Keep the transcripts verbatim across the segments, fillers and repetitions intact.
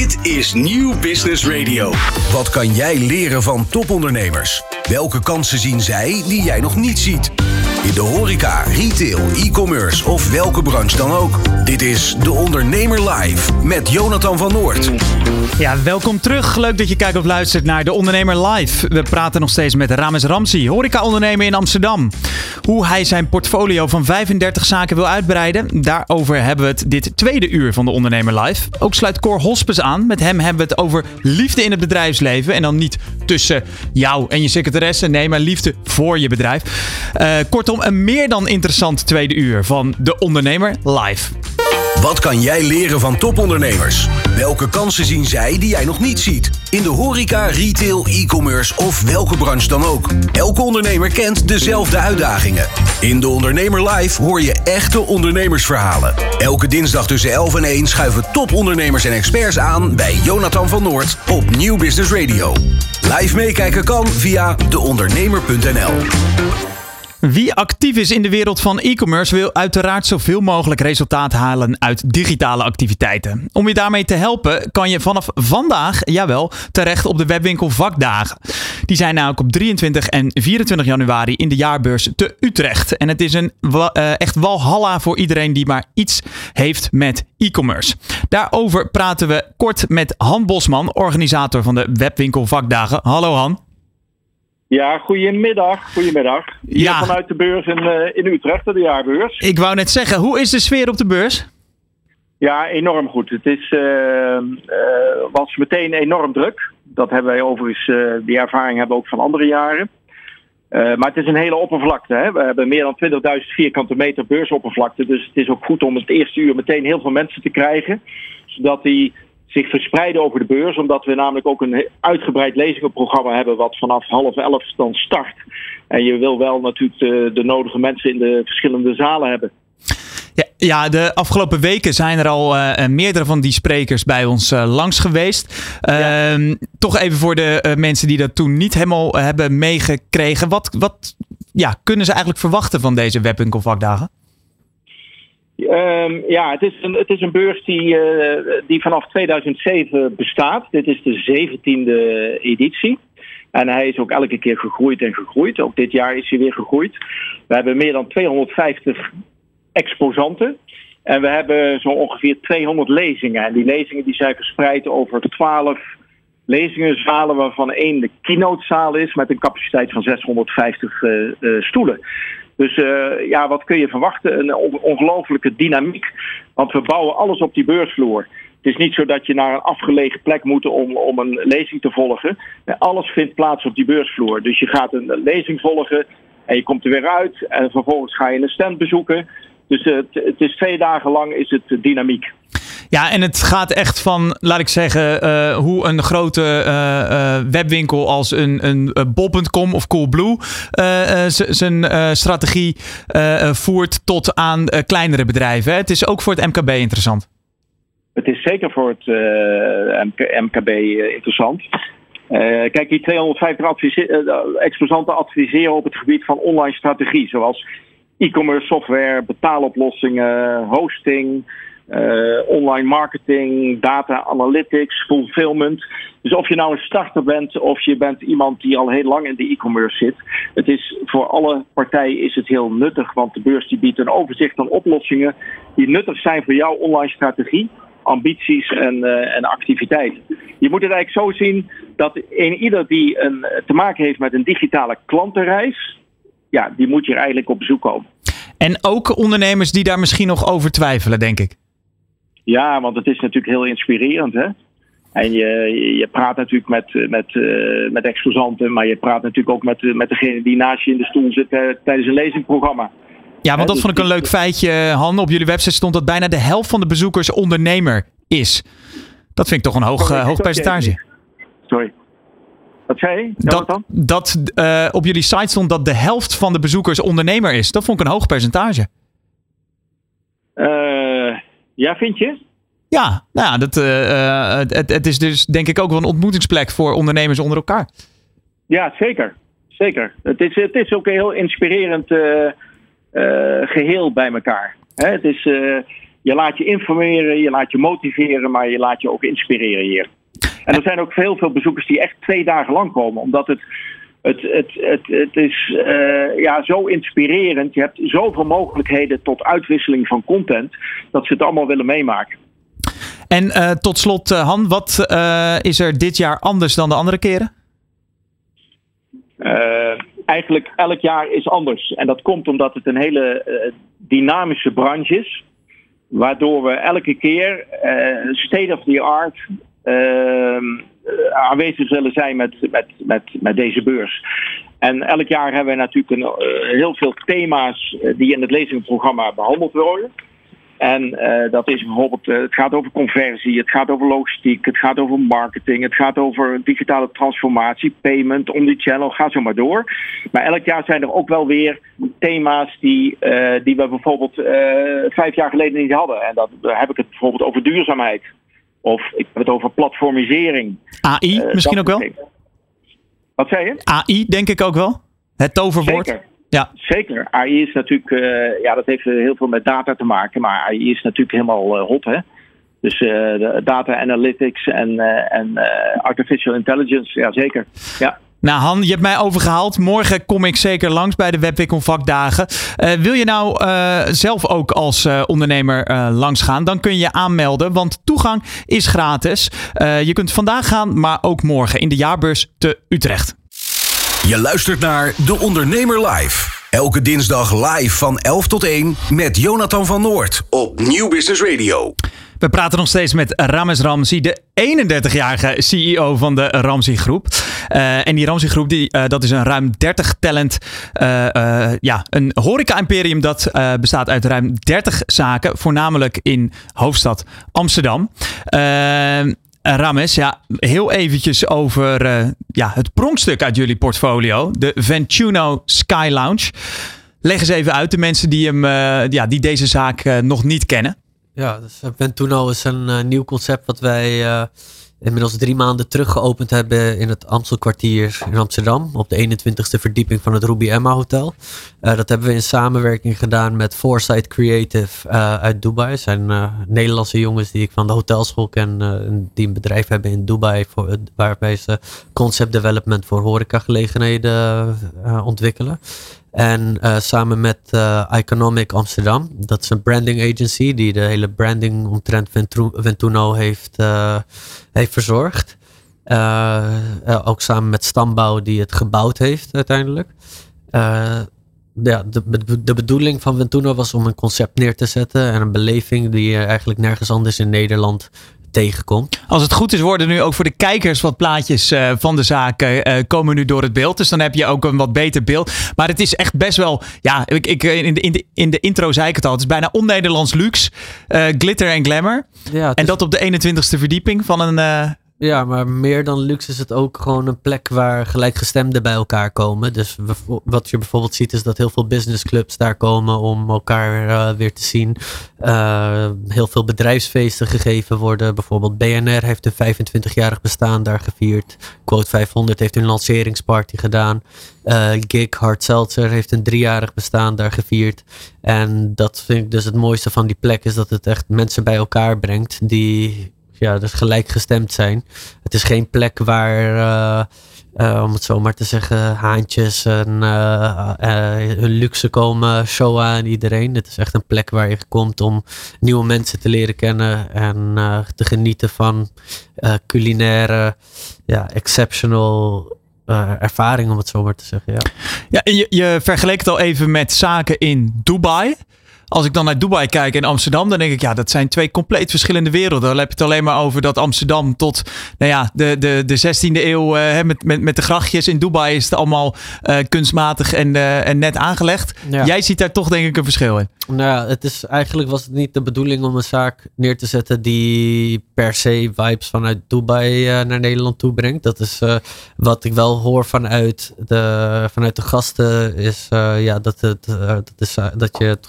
Dit is Nieuw Business Radio. Wat kan jij leren van topondernemers? Welke kansen zien zij die jij nog niet ziet? In de horeca, retail, e-commerce of welke branche dan ook. Dit is De Ondernemer Live met Jonathan van Noord. Ja, welkom terug. Leuk dat je kijkt of luistert naar De Ondernemer Live. We praten nog steeds met Rames Ramsi, horeca-ondernemer in Amsterdam. Hoe hij zijn portfolio van vijfendertig zaken wil uitbreiden. Daarover hebben we het dit tweede uur van De Ondernemer Live. Ook sluit Cor Hospes aan. Met hem hebben we het over liefde in het bedrijfsleven. En dan niet tussen jou en je secretaresse. Nee, maar liefde voor je bedrijf. Uh, kortom, een meer dan interessant tweede uur van De Ondernemer Live. Wat kan jij leren van topondernemers? Welke kansen zien zij die jij nog niet ziet? In de horeca, retail, e-commerce of welke branche dan ook. Elke ondernemer kent dezelfde uitdagingen. In De Ondernemer Live hoor je echte ondernemersverhalen. Elke dinsdag tussen elf en één schuiven topondernemers en experts aan bij Jonathan van Noord op Nieuw Business Radio. Live meekijken kan via de ondernemer punt n l. Wie actief is in de wereld van e-commerce wil uiteraard zoveel mogelijk resultaat halen uit digitale activiteiten. Om je daarmee te helpen kan je vanaf vandaag, jawel, terecht op de webwinkel Vakdagen. Die zijn namelijk op drieëntwintig en vierentwintig januari in de jaarbeurs te Utrecht. En het is een uh, echt walhalla voor iedereen die maar iets heeft met e-commerce. Daarover praten we kort met Han Bosman, organisator van de webwinkel Vakdagen. Hallo Han. Ja, goedemiddag. Goedemiddag. Hier ja. Vanuit de beurs in, uh, in Utrecht, de jaarbeurs. Ik wou net zeggen, hoe is de sfeer op de beurs? Ja, enorm goed. Het is, uh, uh, was meteen enorm druk. Dat hebben wij overigens, uh, die ervaring hebben we ook van andere jaren. Uh, maar het is een hele oppervlakte. Hè? We hebben meer dan twintigduizend vierkante meter beursoppervlakte. Dus het is ook goed om het eerste uur meteen heel veel mensen te krijgen. Zodat die zich verspreiden over de beurs, omdat we namelijk ook een uitgebreid lezingenprogramma hebben wat vanaf half elf dan start. En je wil wel natuurlijk de, de nodige mensen in de verschillende zalen hebben. Ja, ja, de afgelopen weken zijn er al uh, meerdere van die sprekers bij ons uh, langs geweest. Uh, ja. Toch even voor de uh, mensen die dat toen niet helemaal uh, hebben meegekregen. Wat, wat ja, kunnen ze eigenlijk verwachten van deze webwinkel Vakdagen? Um, ja, het is een, het is een beurs die, uh, die vanaf tweeduizend zeven bestaat. Dit is de zeventiende editie. En hij is ook elke keer gegroeid en gegroeid. Ook dit jaar is hij weer gegroeid. We hebben meer dan tweehonderdvijftig exposanten. En we hebben zo ongeveer tweehonderd lezingen. En die lezingen die zijn verspreid over twaalf lezingenzalen, waarvan één de keynotezaal is met een capaciteit van zeshonderdvijftig uh, uh, stoelen. Dus uh, ja, wat kun je verwachten? Een ongelofelijke dynamiek. Want we bouwen alles op die beursvloer. Het is niet zo dat je naar een afgelegen plek moet om, om een lezing te volgen. Alles vindt plaats op die beursvloer. Dus je gaat een lezing volgen en je komt er weer uit. En vervolgens ga je een stand bezoeken. Dus uh, het, het is twee dagen lang is het dynamiek. Ja, en het gaat echt van, laat ik zeggen, uh, hoe een grote uh, uh, webwinkel als een, een uh, bol punt com of Coolblue uh, uh, zijn uh, strategie uh, voert tot aan uh, kleinere bedrijven. Hè? Het is ook voor het M K B interessant. Het is zeker voor het uh, M K B uh, interessant. Uh, kijk, die tweehonderdvijftig advise- uh, exposanten adviseren op het gebied van online strategie, zoals e-commerce software, betaaloplossingen, hosting, Uh, online marketing, data analytics, fulfillment. Dus of je nou een starter bent of je bent iemand die al heel lang in de e-commerce zit. Het is voor alle partijen is het heel nuttig, want de beurs die biedt een overzicht van oplossingen die nuttig zijn voor jouw online strategie, ambities en, uh, en activiteiten. Je moet het eigenlijk zo zien dat een ieder die een, te maken heeft met een digitale klantenreis, ja, die moet hier eigenlijk op bezoek komen. En ook ondernemers die daar misschien nog over twijfelen, denk ik. Ja, want het is natuurlijk heel inspirerend, hè. En je, je praat natuurlijk met, met, uh, met exposanten, maar je praat natuurlijk ook met, met degene die naast je in de stoel zit uh, tijdens een lezingprogramma. Ja, want dat dus vond ik een leuk feitje, Han. Op jullie website stond dat bijna de helft van de bezoekers ondernemer is. Dat vind ik toch een hoog, uh, hoog percentage. Sorry. Wat zei je? Dat, dat uh, op jullie site stond dat de helft van de bezoekers ondernemer is. Dat vond ik een hoog percentage. Uh, ja, vind je? Ja, nou ja, dat, uh, het, het is dus denk ik ook wel een ontmoetingsplek voor ondernemers onder elkaar. Ja, zeker. Zeker. Het is, het is ook een heel inspirerend uh, uh, geheel bij elkaar. Hè? Het is, uh, je laat je informeren, je laat je motiveren, maar je laat je ook inspireren hier. En er zijn ook heel veel bezoekers die echt twee dagen lang komen, omdat het, het, het, het, het is uh, ja, zo inspirerend. Je hebt zoveel mogelijkheden tot uitwisseling van content, dat ze het allemaal willen meemaken. En uh, tot slot, uh, Han, wat uh, is er dit jaar anders dan de andere keren? Uh, eigenlijk elk jaar is anders. En dat komt omdat het een hele uh, dynamische branche is. Waardoor we elke keer uh, state of the art uh, aanwezig zullen zijn met, met, met, met deze beurs. En elk jaar hebben we natuurlijk een, uh, heel veel thema's die in het lezingenprogramma behandeld worden. En uh, dat is bijvoorbeeld, uh, het gaat over conversie, het gaat over logistiek, het gaat over marketing, het gaat over digitale transformatie, payment, omnichannel, ga zo maar door. Maar elk jaar zijn er ook wel weer thema's die, uh, die we bijvoorbeeld uh, vijf jaar geleden niet hadden. En dat, daar heb ik het bijvoorbeeld over duurzaamheid. Of ik heb het over platformisering. A I uh, misschien ook wel? Dingen. Wat zei je? A I denk ik ook wel. Het toverwoord. Zeker. Ja. Zeker. A I is natuurlijk, uh, ja, dat heeft heel veel met data te maken, maar A I is natuurlijk helemaal uh, hot, hè. Dus uh, de data analytics en, uh, en uh, artificial intelligence, ja zeker. Ja. Nou Han, je hebt mij overgehaald. Morgen kom ik zeker langs bij de Webwinkel vakdagen. Uh, wil je nou uh, zelf ook als uh, ondernemer uh, langsgaan? Dan kun je je aanmelden, want toegang is gratis. Uh, je kunt vandaag gaan, maar ook morgen in de jaarbeurs te Utrecht. Je luistert naar De Ondernemer Live. Elke dinsdag live van elf tot één met Jonathan van Noord op Nieuw Business Radio. We praten nog steeds met Rames Ramzi, de eenendertigjarige C E O van de Ramzi Groep. Uh, en die Ramzi Groep, die, uh, dat is een ruim dertig talent, uh, uh, ja, een horeca-imperium dat uh, bestaat uit ruim dertig zaken, voornamelijk in hoofdstad Amsterdam. Uh, Rames, ja, heel eventjes over uh, ja, het pronkstuk uit jullie portfolio, de Ventuno Sky Lounge. Leg eens even uit, de mensen die, hem, uh, ja, die deze zaak uh, nog niet kennen. Ja, dus Ventuno is een uh, nieuw concept wat wij uh, inmiddels drie maanden terug geopend hebben in het Amstelkwartier in Amsterdam. Op de eenentwintigste verdieping van het Ruby Emma Hotel. Uh, dat hebben we in samenwerking gedaan met Foresight Creative uh, uit Dubai. Het zijn uh, Nederlandse jongens die ik van de hotelschool ken. Uh, die een bedrijf hebben in Dubai voor, uh, waarbij ze concept development voor horecagelegenheden uh, ontwikkelen. En uh, samen met uh, Iconomic Amsterdam, dat is een branding agency die de hele branding omtrent Ventuno heeft, uh, heeft verzorgd. Uh, uh, ook samen met Stambouw die het gebouwd heeft uiteindelijk. Uh, ja, de, de bedoeling van Ventuno was om een concept neer te zetten en een beleving die je eigenlijk nergens anders in Nederland tegenkomt. Als het goed is, worden nu ook voor de kijkers wat plaatjes uh, van de zaak uh, komen nu door het beeld. Dus dan heb je ook een wat beter beeld. Maar het is echt best wel, ja, ik, ik, in, de, in, de, in de intro zei ik het al. Het is bijna on-Nederlands luxe. Uh, glitter en glamour. Ja, en is... dat op de eenentwintigste verdieping van een... Uh, Ja, maar meer dan luxe is het ook gewoon een plek waar gelijkgestemden bij elkaar komen. Dus we, wat je bijvoorbeeld ziet is dat heel veel businessclubs daar komen om elkaar uh, weer te zien. Uh, heel veel bedrijfsfeesten gegeven worden. Bijvoorbeeld B N R heeft een vijfentwintigjarig bestaan daar gevierd. Quote vijfhonderd heeft een lanceringsparty gedaan. Uh, Gig Hard Seltzer heeft een driejarig bestaan daar gevierd. En dat vind ik dus het mooiste van die plek is dat het echt mensen bij elkaar brengt die... Ja, dus gelijkgestemd zijn. Het is geen plek waar, uh, uh, om het zo maar te zeggen, haantjes en uh, uh, hun luxe komen showen aan iedereen. Het is echt een plek waar je komt om nieuwe mensen te leren kennen en uh, te genieten van uh, culinaire, ja, exceptional uh, ervaring, om het zo maar te zeggen. Ja, ja je, je vergeleek het al even met zaken in Dubai. Als ik dan naar Dubai kijk en Amsterdam, dan denk ik, ja, dat zijn twee compleet verschillende werelden. Dan heb je het alleen maar over dat Amsterdam tot, nou ja, de, de, de zestiende eeuw uh, met, met, met de grachtjes. In Dubai is het allemaal uh, kunstmatig en, uh, en net aangelegd. Ja. Jij ziet daar toch denk ik een verschil in. Nou ja, het is eigenlijk was het niet de bedoeling om een zaak neer te zetten die per se vibes vanuit Dubai uh, naar Nederland toe brengt. Dat is uh, wat ik wel hoor vanuit de, vanuit de gasten, is uh, ja, dat, het, uh, dat, is, uh, dat je het gevoel hebt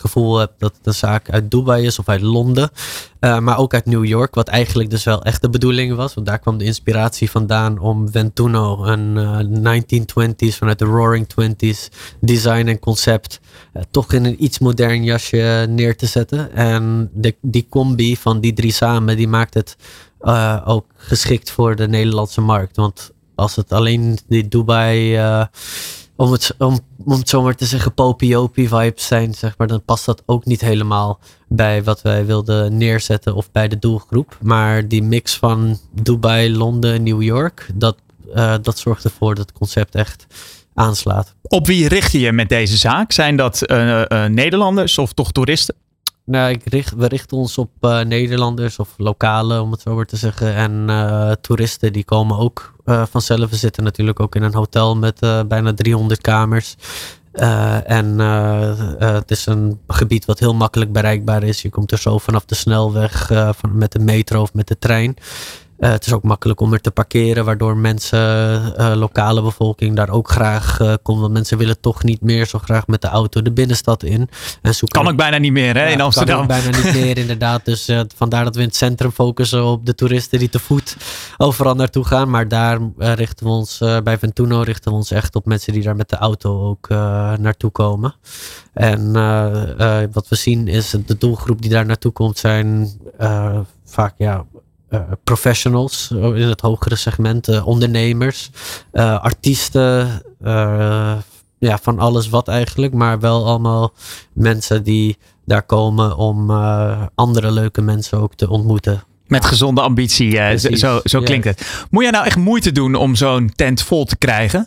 dat, dat het een zaak uit Dubai is of uit Londen. Uh, maar ook uit New York, wat eigenlijk dus wel echt de bedoeling was. Want daar kwam de inspiratie vandaan om Ventuno, een uh, negentien twinti's vanuit de Roaring Twenties design en concept, uh, toch in een iets modern jasje neer te zetten. En de, die combi van die drie samen, die maakt het uh, ook geschikt voor de Nederlandse markt. Want als het alleen die Dubai, uh, om, het, om, om het zo maar te zeggen, popiopie vibes zijn, zeg maar, dan past dat ook niet helemaal bij wat wij wilden neerzetten of bij de doelgroep. Maar die mix van Dubai, Londen, New York, dat, uh, dat zorgt ervoor dat het concept echt aanslaat. Op wie richt je je met deze zaak? Zijn dat uh, uh, Nederlanders of toch toeristen? Nou, ik richt, we richten ons op uh, Nederlanders of lokalen, om het zo maar te zeggen. En uh, toeristen die komen ook uh, vanzelf. We zitten natuurlijk ook in een hotel met uh, bijna driehonderd kamers. Uh, en uh, uh, het is een gebied wat heel makkelijk bereikbaar is. Je komt er zo vanaf de snelweg uh, van, met de metro of met de trein. Uh, het is ook makkelijk om er te parkeren, waardoor mensen, uh, lokale bevolking daar ook graag uh, komt. Want mensen willen toch niet meer zo graag met de auto de binnenstad in. En kan ook bijna niet meer hè, ja, in Amsterdam. Kan ook bijna niet meer inderdaad. Dus uh, vandaar dat we in het centrum focussen op de toeristen die te voet overal naartoe gaan. Maar daar uh, richten we ons, uh, bij Ventuno richten we ons echt op mensen die daar met de auto ook uh, naartoe komen. En uh, uh, wat we zien is de doelgroep die daar naartoe komt zijn uh, vaak ja... Uh, professionals in het hogere segment, uh, ondernemers, uh, artiesten, uh, ja, van alles wat eigenlijk, maar wel allemaal mensen die daar komen om uh, andere leuke mensen ook te ontmoeten. Met gezonde ambitie, uh, zo, zo klinkt yes. het. Moet jij nou echt moeite doen om zo'n tent vol te krijgen?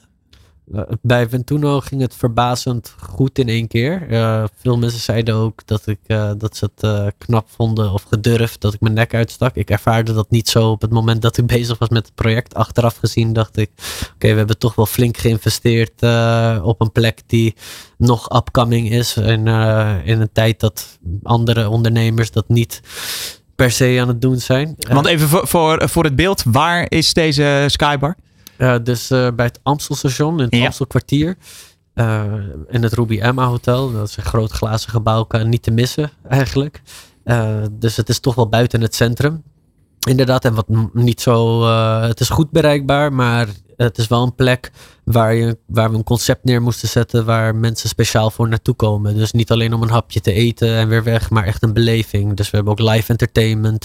Bij Ventuno ging het verbazend goed in één keer. Uh, veel mensen zeiden ook dat, ik, uh, dat ze het uh, knap vonden of gedurfd dat ik mijn nek uitstak. Ik ervaarde dat niet zo op het moment dat ik bezig was met het project. Achteraf gezien dacht ik, oké, okay, we hebben toch wel flink geïnvesteerd uh, op een plek die nog upcoming is. En uh, in een tijd dat andere ondernemers dat niet per se aan het doen zijn. Want even voor, voor, voor het beeld, waar is deze Skybar? Uh, dus uh, bij het Amstelstation, in het ja. Amstelkwartier. Uh, in het Ruby Emma Hotel. Dat is een groot glazen gebouw, kan niet te missen eigenlijk. Uh, dus het is toch wel buiten het centrum. Inderdaad, en wat niet zo... Uh, het is goed bereikbaar, maar het is wel een plek waar, je, waar we een concept neer moesten zetten waar mensen speciaal voor naartoe komen. Dus niet alleen om een hapje te eten en weer weg, maar echt een beleving. Dus we hebben ook live entertainment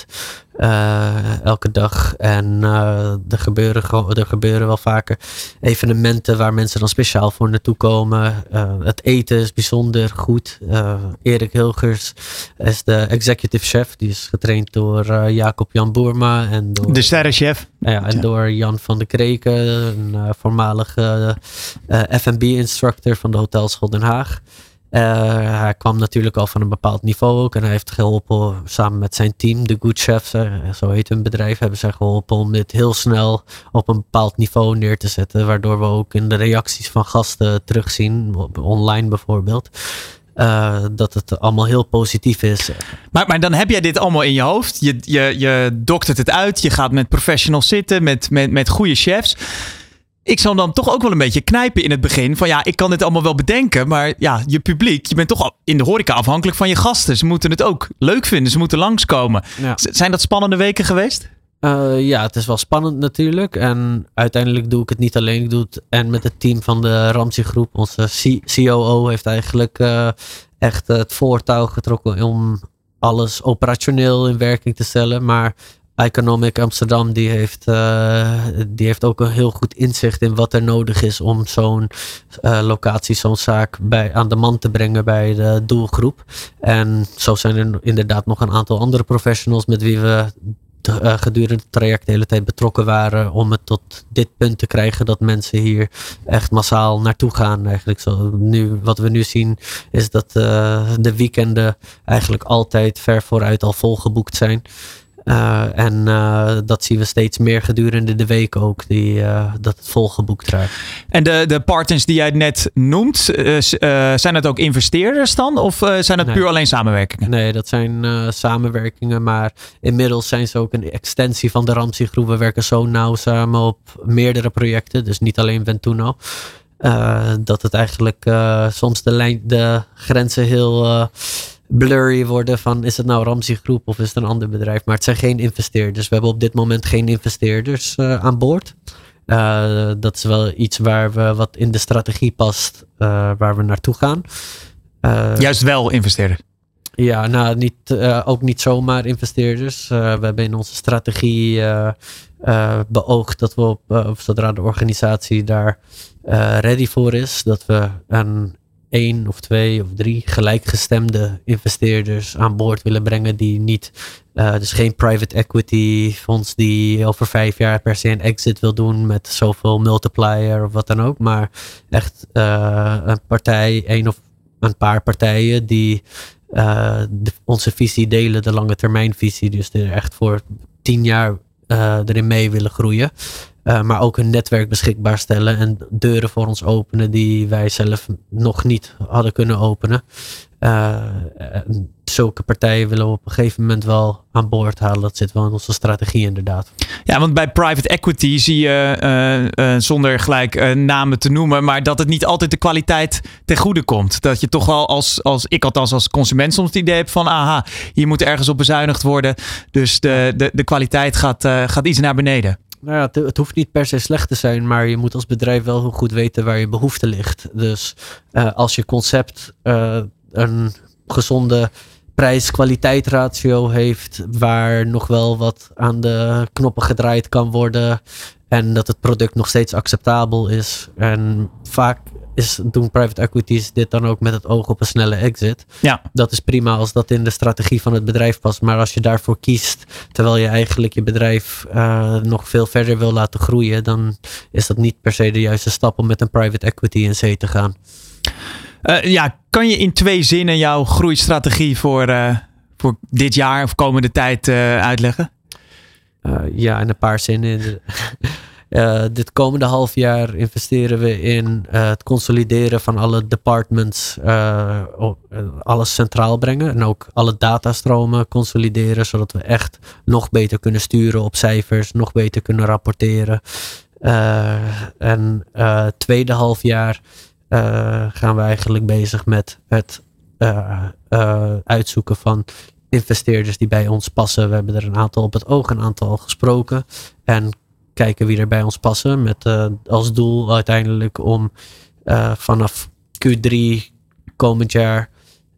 uh, elke dag. En uh, er, gebeuren, er gebeuren wel vaker evenementen waar mensen dan speciaal voor naartoe komen. Uh, het eten is bijzonder goed. Uh, Erik Hilgers is de executive chef. Die is getraind door uh, Jacob Jan Boerma. En door, de sterrenchef. Ja, en door Jan van de Kreken, een uh, voormalige uh, uh, F en B instructor van de Hotelschool Den Haag. Uh, hij kwam natuurlijk al van een bepaald niveau ook. En hij heeft geholpen samen met zijn team, de Good Chefs, uh, zo heet hun bedrijf, hebben zij geholpen om dit heel snel op een bepaald niveau neer te zetten. Waardoor we ook in de reacties van gasten terugzien, online bijvoorbeeld. Uh, dat het allemaal heel positief is. Maar, maar dan heb jij dit allemaal in je hoofd. Je, je, je doktert het uit. Je gaat met professionals zitten. Met, met, met goede chefs. Ik zal dan toch ook wel een beetje knijpen in het begin. Van ja, ik kan dit allemaal wel bedenken. Maar ja, je publiek. Je bent toch in de horeca afhankelijk van je gasten. Ze moeten het ook leuk vinden. Ze moeten langskomen. Ja. Zijn dat spannende weken geweest? Uh, ja, het is wel spannend natuurlijk. En uiteindelijk doe ik het niet alleen. Ik doe het en met het team van de Ramsey Groep. Onze C O O heeft eigenlijk uh, echt het voortouw getrokken om alles operationeel in werking te stellen. Maar Economic Amsterdam die heeft, uh, die heeft ook een heel goed inzicht in wat er nodig is om zo'n uh, locatie, zo'n zaak bij, aan de man te brengen bij de doelgroep. En zo zijn er inderdaad nog een aantal andere professionals met wie we Uh, gedurende het traject de hele tijd betrokken waren om het tot dit punt te krijgen dat mensen hier echt massaal naartoe gaan. Eigenlijk zo nu, wat we nu zien is dat uh, de weekenden eigenlijk altijd ver vooruit al volgeboekt zijn. Uh, en uh, dat zien we steeds meer gedurende de week ook, die, uh, dat het volgeboekt raakt. En de, de partners die jij net noemt, uh, uh, zijn het ook investeerders dan? Of uh, zijn het nee. puur alleen samenwerkingen? Nee, dat zijn uh, samenwerkingen, maar inmiddels zijn ze ook een extensie van de Ramsey Groep. We werken zo nauw samen op meerdere projecten, dus niet alleen Ventuno. Uh, dat het eigenlijk uh, soms de, lijn, de grenzen heel... Uh, blurry worden van is het nou Ramsey Groep of is het een ander bedrijf. Maar het zijn geen investeerders. We hebben op dit moment geen investeerders uh, aan boord. Uh, dat is wel iets waar we wat in de strategie past, uh, waar we naartoe gaan. Uh, Juist wel investeerders. Ja, nou niet, uh, ook niet zomaar investeerders. Uh, we hebben in onze strategie uh, uh, beoogd dat we op, uh, zodra de organisatie daar uh, ready voor is, dat we een één of twee of drie gelijkgestemde investeerders aan boord willen brengen die niet, uh, dus geen private equity fonds die over vijf jaar per se een exit wil doen met zoveel multiplier of wat dan ook, maar echt uh, een partij, één of een paar partijen die uh, de, onze visie delen, de lange termijn visie, dus er echt voor tien jaar uh, erin mee willen groeien. Uh, maar ook een netwerk beschikbaar stellen en deuren voor ons openen die wij zelf nog niet hadden kunnen openen. Uh, zulke partijen willen we op een gegeven moment wel aan boord halen. Dat zit wel in onze strategie inderdaad. Ja, want bij private equity zie je, uh, uh, zonder gelijk uh, namen te noemen, maar dat het niet altijd de kwaliteit ten goede komt. Dat je toch wel als, als ik althans als consument soms het idee heb van aha, hier moet ergens op bezuinigd worden. Dus de, de, de kwaliteit gaat, uh, gaat iets naar beneden. Nou ja, het, het hoeft niet per se slecht te zijn, maar je moet als bedrijf wel heel goed weten waar je behoefte ligt. Dus uh, als je concept uh, een gezonde prijs-kwaliteit ratio heeft, waar nog wel wat aan de knoppen gedraaid kan worden en dat het product nog steeds acceptabel is. En vaak is, doen private equities dit dan ook met het oog op een snelle exit. Ja. Dat is prima als dat in de strategie van het bedrijf past. Maar als je daarvoor kiest, terwijl je eigenlijk je bedrijf uh, nog veel verder wil laten groeien, dan is dat niet per se de juiste stap om met een private equity in zee te gaan. Uh, ja, kan je in twee zinnen jouw groeistrategie voor, uh, voor dit jaar of komende tijd uh, uitleggen? Uh, ja, in een paar zinnen. Uh, dit komende half jaar investeren we in uh, het consolideren van alle departments, uh, alles centraal brengen en ook alle datastromen consolideren, zodat we echt nog beter kunnen sturen op cijfers, nog beter kunnen rapporteren. Uh, en uh, tweede half jaar uh, gaan we eigenlijk bezig met het uh, uh, uitzoeken van investeerders die bij ons passen. We hebben er een aantal op het oog, een aantal al gesproken en kijken wie er bij ons passen. Met uh, als doel uiteindelijk om uh, vanaf Q drie komend jaar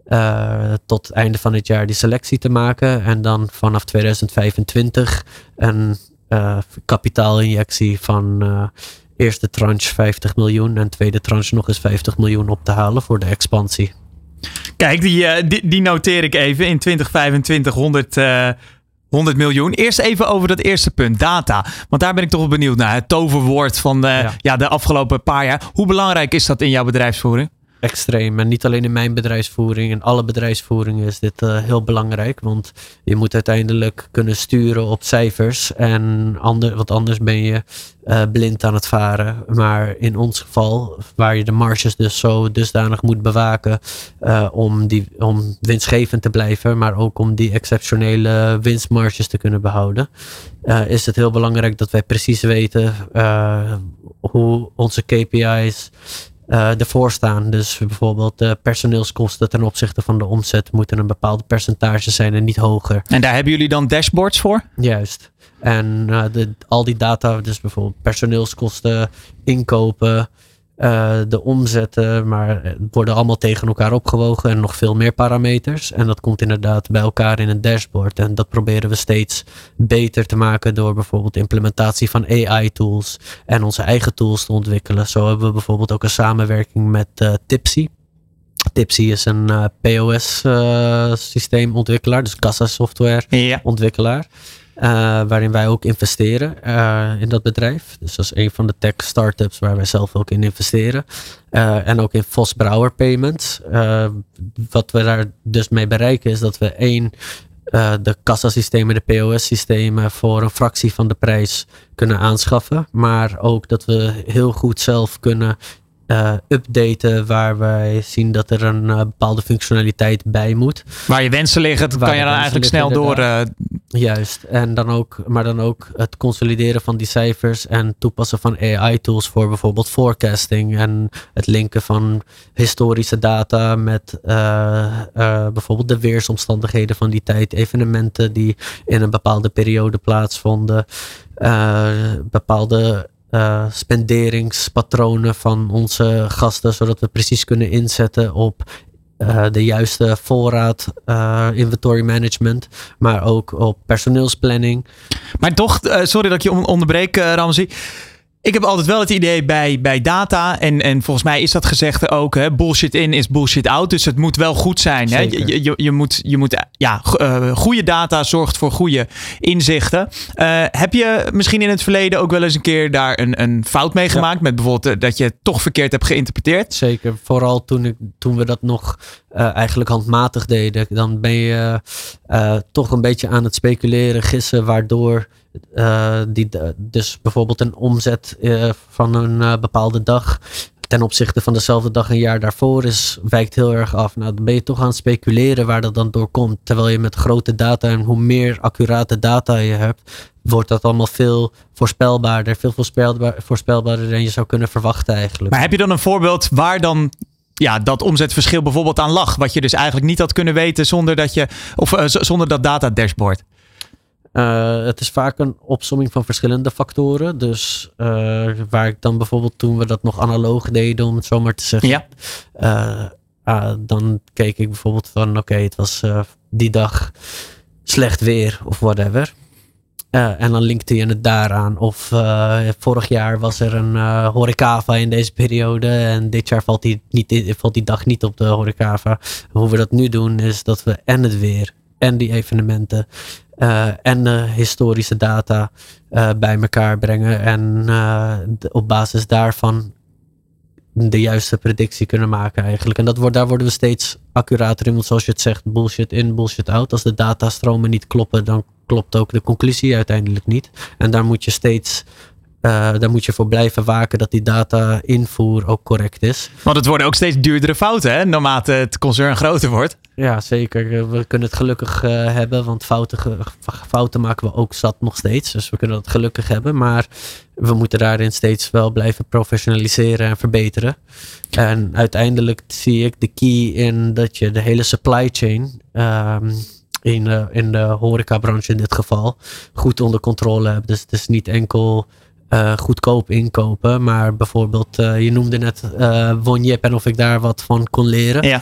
uh, tot het einde van het jaar die selectie te maken. En dan vanaf tweeduizend vijfentwintig een uh, kapitaalinjectie van uh, eerste tranche vijftig miljoen en tweede tranche nog eens vijftig miljoen op te halen voor de expansie. Kijk, die, uh, die, die noteer ik even in twintig vijfentwintig honderd... Uh... honderd miljoen. Eerst even over dat eerste punt, data. Want daar ben ik toch wel benieuwd naar. Het toverwoord van de, ja. Ja, de afgelopen paar jaar. Hoe belangrijk is dat in jouw bedrijfsvoering? Extreem. En niet alleen in mijn bedrijfsvoering. In alle bedrijfsvoeringen is dit uh, heel belangrijk. Want je moet uiteindelijk kunnen sturen op cijfers. En ander, want anders ben je uh, blind aan het varen. Maar in ons geval, waar je de marges dus zo dusdanig moet bewaken. Uh, om, die, om winstgevend te blijven. Maar ook om die exceptionele winstmarges te kunnen behouden. Uh, is het heel belangrijk dat wij precies weten uh, hoe onze K P I's Uh, ervoor staan. Dus bijvoorbeeld de personeelskosten ten opzichte van de omzet moeten een bepaald percentage zijn en niet hoger. En daar hebben jullie dan dashboards voor? Juist. En uh, de, al die data, dus bijvoorbeeld personeelskosten, inkopen, uh, de omzetten, maar worden allemaal tegen elkaar opgewogen en nog veel meer parameters. En dat komt inderdaad bij elkaar in een dashboard. En dat proberen we steeds beter te maken door bijvoorbeeld de implementatie van A I-tools en onze eigen tools te ontwikkelen. Zo hebben we bijvoorbeeld ook een samenwerking met uh, Tipsy. Tipsy is een uh, P O S-systeemontwikkelaar, uh, dus kassa-software ja. ontwikkelaar. Uh, waarin wij ook investeren uh, in dat bedrijf. Dus dat is een van de tech startups waar wij zelf ook in investeren. Uh, en ook in Vos Brouwer Payments. Uh, wat we daar dus mee bereiken is dat we één, uh, de kassasystemen, de P O S-systemen voor een fractie van de prijs kunnen aanschaffen. Maar ook dat we heel goed zelf kunnen uh, updaten waar wij zien dat er een uh, bepaalde functionaliteit bij moet. Waar je wensen liggen, kan je dan eigenlijk snel door. Uh... Juist, en dan ook, maar dan ook het consolideren van die cijfers en toepassen van A I-tools voor bijvoorbeeld forecasting en het linken van historische data met uh, uh, bijvoorbeeld de weersomstandigheden van die tijd, evenementen die in een bepaalde periode plaatsvonden, uh, bepaalde uh, spenderingspatronen van onze gasten, zodat we precies kunnen inzetten op Uh, de juiste voorraad, uh, inventory management, maar ook op personeelsplanning. Maar toch, uh, sorry dat ik je onderbreek, uh, Ramzi. Ik heb altijd wel het idee bij, bij data, en, en volgens mij is dat gezegde ook, hè, bullshit in is bullshit out. Dus het moet wel goed zijn. Hè? Je, je, je moet, je moet ja, uh, goede data zorgt voor goede inzichten. Uh, heb je misschien in het verleden ook wel eens een keer daar een, een fout mee gemaakt? Ja. Met bijvoorbeeld uh, dat je het toch verkeerd hebt geïnterpreteerd? Zeker, vooral toen, ik, toen we dat nog uh, eigenlijk handmatig deden. Dan ben je uh, toch een beetje aan het speculeren, gissen, waardoor Uh, die, dus bijvoorbeeld een omzet uh, van een uh, bepaalde dag ten opzichte van dezelfde dag een jaar daarvoor is, wijkt heel erg af. Nou, dan ben je toch aan het speculeren waar dat dan door komt. Terwijl je met grote data en hoe meer accurate data je hebt, wordt dat allemaal veel voorspelbaarder. Veel voorspelbaar, voorspelbaarder dan je zou kunnen verwachten eigenlijk. Maar heb je dan een voorbeeld waar dan ja, dat omzetverschil bijvoorbeeld aan lag? Wat je dus eigenlijk niet had kunnen weten zonder dat je, of uh, zonder dat data dashboard? Uh, het is vaak een opsomming van verschillende factoren. Dus uh, waar ik dan bijvoorbeeld toen we dat nog analoog deden, om het zo maar te zeggen. Ja. Uh, uh, dan keek ik bijvoorbeeld van oké, okay, het was uh, die dag slecht weer of whatever. Uh, en dan linkte je het daaraan. Of uh, vorig jaar was er een uh, horecava in deze periode. En dit jaar valt die, niet, valt die dag niet op de horecava. Hoe we dat nu doen is dat we en het weer en die evenementen Uh, en de historische data uh, bij elkaar brengen. En uh, de, op basis daarvan de juiste predictie kunnen maken eigenlijk. En dat wordt, daar worden we steeds accurater in. Want zoals je het zegt, bullshit in, bullshit out. Als de datastromen niet kloppen, dan klopt ook de conclusie uiteindelijk niet. En daar moet je steeds Uh, daar moet je voor blijven waken dat die data invoer ook correct is. Want het worden ook steeds duurdere fouten, hè? Naarmate het concern groter wordt. Ja, zeker. We kunnen het gelukkig uh, hebben, want fouten, fouten maken we ook zat nog steeds. Dus we kunnen dat gelukkig hebben, maar we moeten daarin steeds wel blijven professionaliseren en verbeteren. En uiteindelijk zie ik de key in dat je de hele supply chain Um, in, uh, in de horecabranche in dit geval goed onder controle hebt. Dus het is niet enkel Uh, goedkoop inkopen, maar bijvoorbeeld uh, je noemde net uh, Wonjip en of ik daar wat van kon leren. Ja.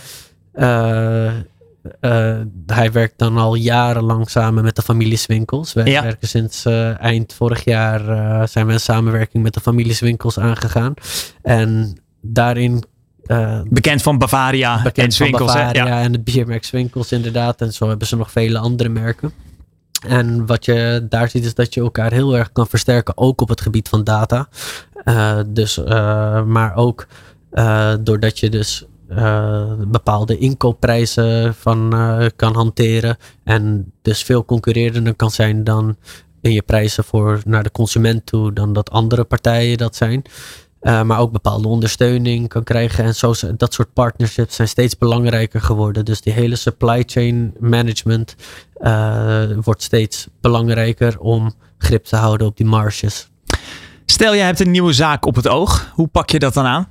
Uh, uh, hij werkt dan al jarenlang samen met de familie Swinkels. Wij ja. werken sinds uh, eind vorig jaar uh, zijn we een samenwerking met de familie Swinkels aangegaan. En daarin Uh, bekend van Bavaria bekend en Swinkels. Van Bavaria ja. en de biermerk Swinkels inderdaad. En zo hebben ze nog vele andere merken. En wat je daar ziet is dat je elkaar heel erg kan versterken, ook op het gebied van data. Uh, dus, uh, maar ook uh, doordat je dus uh, bepaalde inkoopprijzen van uh, kan hanteren. En dus veel concurrerender kan zijn dan in je prijzen voor naar de consument toe dan dat andere partijen dat zijn. Uh, maar ook bepaalde ondersteuning kan krijgen. En zo, dat soort partnerships zijn steeds belangrijker geworden. Dus die hele supply chain management uh, wordt steeds belangrijker om grip te houden op die marges. Stel, je hebt een nieuwe zaak op het oog. Hoe pak je dat dan aan?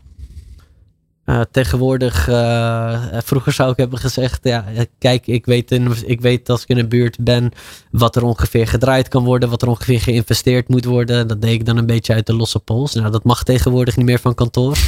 Uh, tegenwoordig, uh, vroeger zou ik hebben gezegd, ja, kijk, ik weet, in, ik weet als ik in een buurt ben wat er ongeveer gedraaid kan worden, wat er ongeveer geïnvesteerd moet worden. Dat deed ik dan een beetje uit de losse pols. Nou, dat mag tegenwoordig niet meer van kantoor.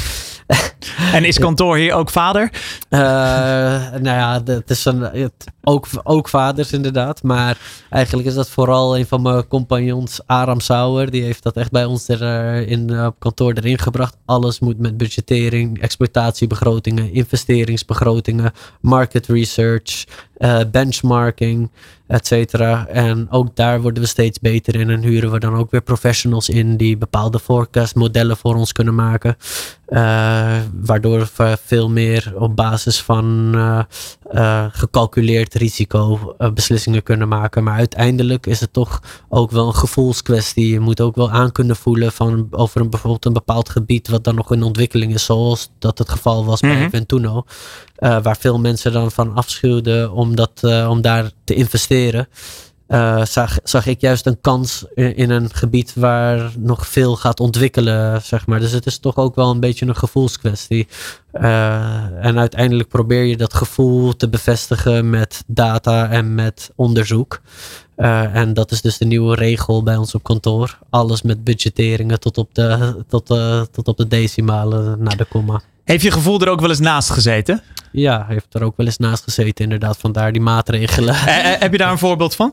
En is kantoor hier ook vader? Uh, nou ja, het is een, het, ook, ook vaders inderdaad. Maar eigenlijk is dat vooral een van mijn compagnons, Aram Sauer. Die heeft dat echt bij ons er, in, uh, op kantoor erin gebracht. Alles moet met budgettering, exploitatiebegrotingen, investeringsbegrotingen, market research. uh, benchmarking, et cetera. En ook daar worden we steeds beter in en huren we dan ook weer professionals in die bepaalde forecastmodellen voor ons kunnen maken. Uh, waardoor we veel meer op basis van uh, uh, gecalculeerd risico uh, beslissingen kunnen maken. Maar uiteindelijk is het toch ook wel een gevoelskwestie. Je moet ook wel aan kunnen voelen van over een, bijvoorbeeld een bepaald gebied wat dan nog in ontwikkeling is, zoals dat het geval was bij mm-hmm. Ventuno. Uh, waar veel mensen dan van afschuwden om, dat, uh, om daar te investeren. Uh, zag, zag ik juist een kans in, in een gebied waar nog veel gaat ontwikkelen, zeg maar. Dus het is toch ook wel een beetje een gevoelskwestie. Uh, en uiteindelijk probeer je dat gevoel te bevestigen met data en met onderzoek. Uh, en dat is dus de nieuwe regel bij ons op kantoor. Alles met budgetteringen tot op de, tot, uh, tot op de decimale naar de komma. Heeft je gevoel er ook wel eens naast gezeten? Ja, heeft er ook wel eens naast gezeten, inderdaad. Vandaar die maatregelen. Uh, uh, heb je daar een voorbeeld van?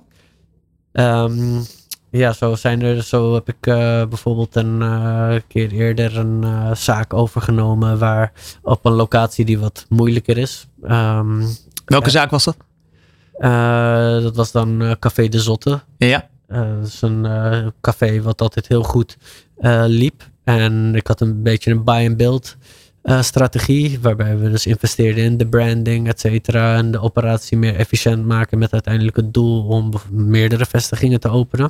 Um, ja, zo zijn er. Zo heb ik uh, bijvoorbeeld een uh, keer eerder een uh, zaak overgenomen waar op een locatie die wat moeilijker is. Um, Welke uh, zaak was dat? Uh, dat was dan uh, Café de Zotte. Ja. Uh, dat is een uh, café wat altijd heel goed uh, liep. En ik had een beetje een buy-and-build uh, strategie. Waarbij we dus investeerden in de branding, et cetera. En de operatie meer efficiënt maken met uiteindelijk het doel om meerdere vestigingen te openen.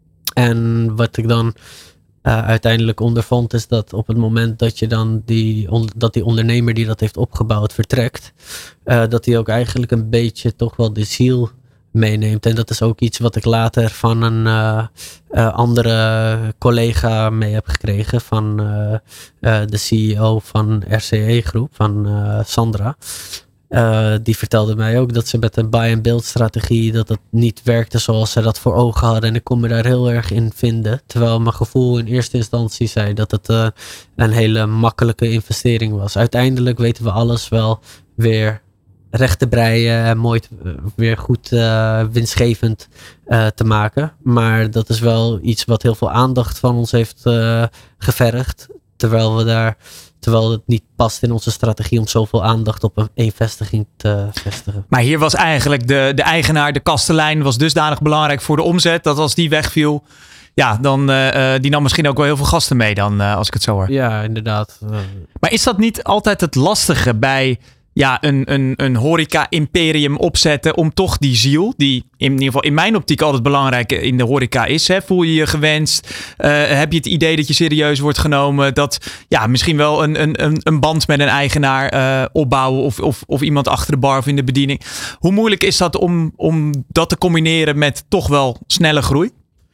En wat ik dan uh, uiteindelijk ondervond is dat op het moment dat je dan die, on, dat die ondernemer die dat heeft opgebouwd vertrekt. Uh, dat hij ook eigenlijk een beetje toch wel de ziel meeneemt. En dat is ook iets wat ik later van een uh, uh, andere collega mee heb gekregen. Van uh, uh, de C E O van R C E Groep, van uh, Sandra. Uh, die vertelde mij ook dat ze met een buy-and-build strategie dat het niet werkte zoals ze dat voor ogen hadden. En ik kon me daar heel erg in vinden. Terwijl mijn gevoel in eerste instantie zei dat het uh, een hele makkelijke investering was. Uiteindelijk weten we alles wel weer recht te breien en mooi uh, weer goed uh, winstgevend uh, te maken. Maar dat is wel iets wat heel veel aandacht van ons heeft uh, gevergd. Terwijl we daar Terwijl het niet past in onze strategie om zoveel aandacht op een één vestiging te vestigen. Maar hier was eigenlijk de, de eigenaar, de kastelein, was dusdanig belangrijk voor de omzet. Dat als die wegviel, ja, dan uh, die nam misschien ook wel heel veel gasten mee dan, uh, als ik het zo hoor. Ja, inderdaad. Maar is dat niet altijd het lastige bij ja, een, een, een horeca-imperium opzetten om toch die ziel, die in ieder geval in mijn optiek altijd belangrijk in de horeca is. Hè? Voel je je gewenst? Uh, heb je het idee dat je serieus wordt genomen? Dat ja, misschien wel een, een, een band met een eigenaar uh, opbouwen of, of, of iemand achter de bar of in de bediening. Hoe moeilijk is dat om, om dat te combineren met toch wel snelle groei?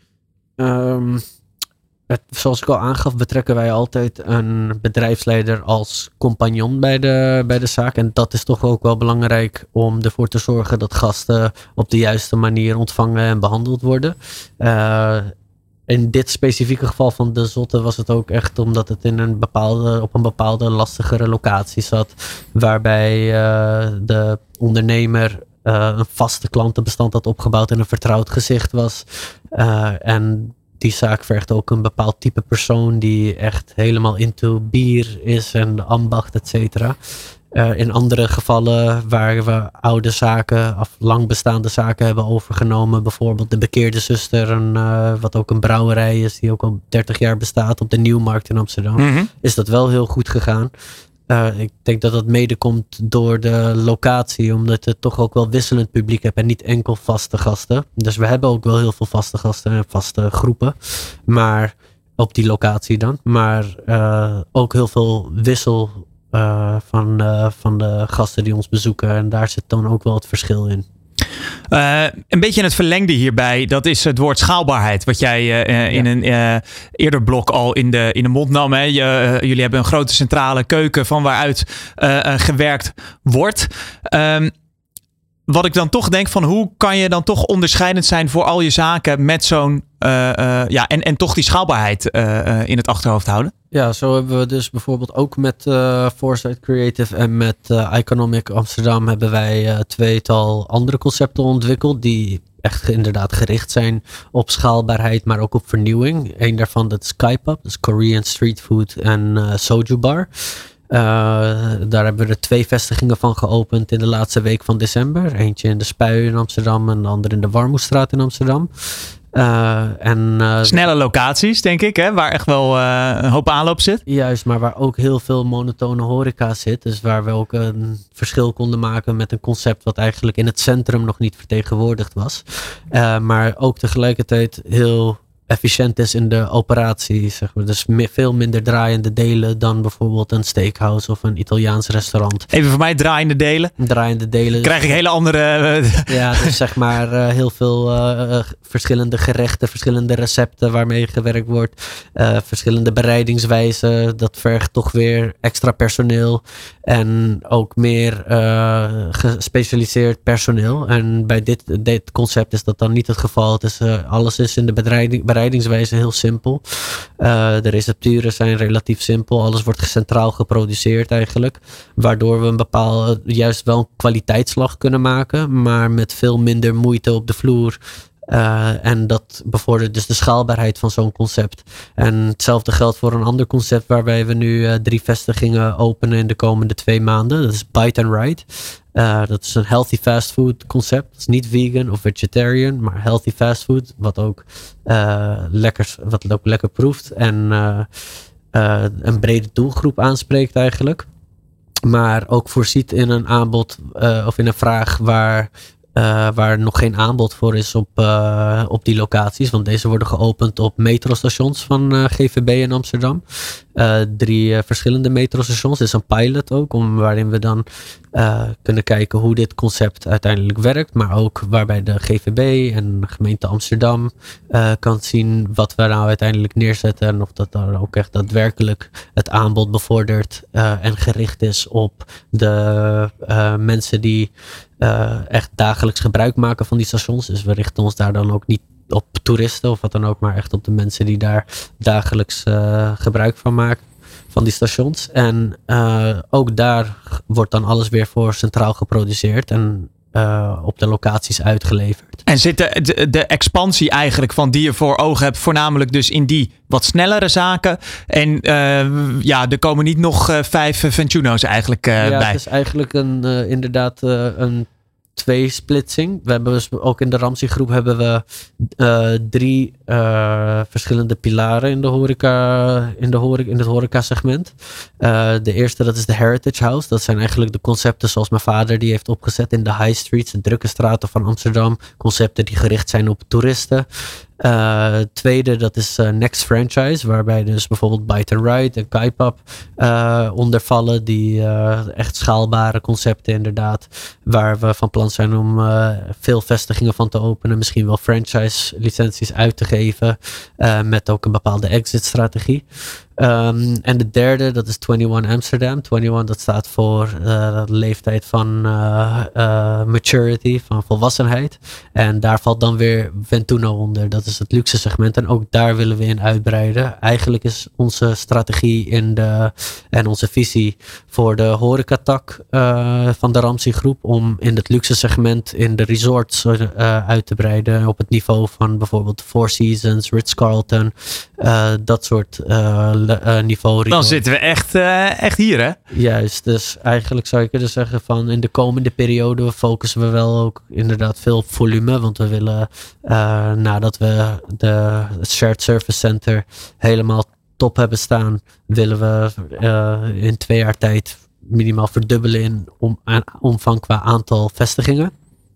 Um... Het, zoals ik al aangaf, betrekken wij altijd een bedrijfsleider als compagnon bij de, bij de zaak. En dat is toch ook wel belangrijk om ervoor te zorgen dat gasten op de juiste manier ontvangen en behandeld worden. Uh, in dit specifieke geval van de Zotte was het ook echt omdat het in een bepaalde, op een bepaalde lastigere locatie zat. Waarbij uh, de ondernemer uh, een vaste klantenbestand had opgebouwd en een vertrouwd gezicht was. Uh, en die zaak vergt ook een bepaald type persoon die echt helemaal into bier is en de ambacht, et cetera. Uh, in andere gevallen waar we oude zaken of lang bestaande zaken hebben overgenomen. Bijvoorbeeld de Bekeerde Zuster, een, uh, wat ook een brouwerij is die ook al dertig jaar bestaat op de Nieuwmarkt in Amsterdam. Mm-hmm. Is dat wel heel goed gegaan. Uh, ik denk dat dat mede komt door de locatie, omdat het toch ook wel wisselend publiek hebt en niet enkel vaste gasten. Dus we hebben ook wel heel veel vaste gasten en vaste groepen, maar op die locatie dan. Maar uh, ook heel veel wissel uh, van, uh, van de gasten die ons bezoeken en daar zit dan ook wel het verschil in. Uh, een beetje in het verlengde hierbij, dat is het woord schaalbaarheid. Wat jij uh, in ja. een uh, eerder blok al in de, in de mond nam. Hè. Je, uh, jullie hebben een grote centrale keuken van waaruit uh, uh, gewerkt wordt. Um, wat ik dan toch denk van hoe kan je dan toch onderscheidend zijn voor al je zaken met zo'n uh, uh, ja, en, en toch die schaalbaarheid uh, uh, in het achterhoofd houden? Ja, zo hebben we dus bijvoorbeeld ook met uh, Foresight Creative en met uh, Economic Amsterdam hebben wij uh, tweetal andere concepten ontwikkeld die echt inderdaad gericht zijn op schaalbaarheid, maar ook op vernieuwing. Eén daarvan dat is Kai Pub, dat is Korean street food en uh, soju bar. daar hebben we er twee vestigingen van geopend in de laatste week van december. Eentje in de Spui in Amsterdam en de andere in de Warmoestraat in Amsterdam. Uh, en, uh, Snelle locaties, denk ik, hè? Waar echt wel uh, een hoop aanloop zit. Juist, maar waar ook heel veel monotone horeca zit. Dus waar we ook een verschil konden maken met een concept wat eigenlijk in het centrum nog niet vertegenwoordigd was. Uh, maar ook tegelijkertijd heel efficiënt is in de operatie, zeg maar. Dus me, veel minder draaiende delen dan bijvoorbeeld een steakhouse of een Italiaans restaurant. Even voor mij draaiende delen. Draaiende delen. Krijg ik hele andere... Uh, ja, dus zeg maar uh, heel veel uh, verschillende gerechten, verschillende recepten waarmee gewerkt wordt. Uh, verschillende bereidingswijzen. Dat vergt toch weer extra personeel. En ook meer uh, gespecialiseerd personeel. En bij dit, dit concept is dat dan niet het geval. Het is, uh, alles is in de bereiding, bereidingswijze heel simpel. Uh, de recepturen zijn relatief simpel. Alles wordt centraal geproduceerd eigenlijk. Waardoor we een bepaalde, juist wel een kwaliteitsslag kunnen maken. Maar met veel minder moeite op de vloer. Uh, en dat bevordert dus de schaalbaarheid van zo'n concept. En hetzelfde geldt voor een ander concept waarbij we nu uh, drie vestigingen openen in de komende twee maanden. Dat is Bite and Ride. Uh, dat is een healthy fast food concept. Het is niet vegan of vegetarian, maar healthy fast food. Wat ook, uh, lekker, wat ook lekker proeft. En uh, uh, een brede doelgroep aanspreekt eigenlijk. Maar ook voorziet in een aanbod uh, of in een vraag waar... Uh, waar nog geen aanbod voor is op, uh, op die locaties. Want deze worden geopend op metrostations van uh, G V B in Amsterdam. Uh, drie uh, verschillende metrostations. Dit is een pilot ook. Om, waarin we dan uh, kunnen kijken hoe dit concept uiteindelijk werkt. Maar ook waarbij de G V B en de gemeente Amsterdam uh, kan zien wat we nou uiteindelijk neerzetten. En of dat dan ook echt daadwerkelijk het aanbod bevordert. Uh, en gericht is op de uh, mensen die... Uh, echt dagelijks gebruik maken van die stations. Dus we richten ons daar dan ook niet op toeristen of wat dan ook, maar echt op de mensen die daar dagelijks uh, gebruik van maken. Van die stations. En uh, ook daar wordt dan alles weer voor centraal geproduceerd en uh, op de locaties uitgeleverd. En zit de, de, de expansie eigenlijk van die je voor ogen hebt voornamelijk dus in die wat snellere zaken. En uh, ja, er komen niet nog uh, vijf uh, Ventuno's eigenlijk uh, ja, bij. Het is eigenlijk een, uh, inderdaad uh, een tweesplitsing. We hebben dus ook in de Ramsey groep hebben we uh, drie uh, verschillende pilaren in de horeca, in de horeca, in het horeca segment. Uh, de eerste, dat is de Heritage House. Dat zijn eigenlijk de concepten zoals mijn vader die heeft opgezet in de high streets, de drukke straten van Amsterdam. Concepten die gericht zijn op toeristen. Uh, tweede, dat is uh, Next Franchise, waarbij dus bijvoorbeeld Bite and Ride en Kaipap uh, onder vallen, die uh, echt schaalbare concepten inderdaad, waar we van plan zijn om uh, veel vestigingen van te openen, misschien wel franchise licenties uit te geven, uh, met ook een bepaalde exit strategie. Um, en de derde, dat is eenentwintig Amsterdam. eenentwintig, dat staat voor uh, de leeftijd van uh, uh, maturity, van volwassenheid. En daar valt dan weer Ventuno onder. Dat is het luxe segment. En ook daar willen we in uitbreiden. Eigenlijk is onze strategie in de, en onze visie voor de horecatak uh, van de Ramsey groep om in het luxe segment in de resorts uh, uit te breiden. Op het niveau van bijvoorbeeld Four Seasons, Ritz-Carlton. Uh, dat soort uh, Uh, niveau. Dan zitten we echt, uh, echt hier, hè? Juist, dus eigenlijk zou ik er dus zeggen van in de komende periode focussen we wel ook inderdaad veel op volume, want we willen uh, nadat we de Shared Service Center helemaal top hebben staan, willen we uh, in twee jaar tijd minimaal verdubbelen in om, aan, omvang qua aantal vestigingen.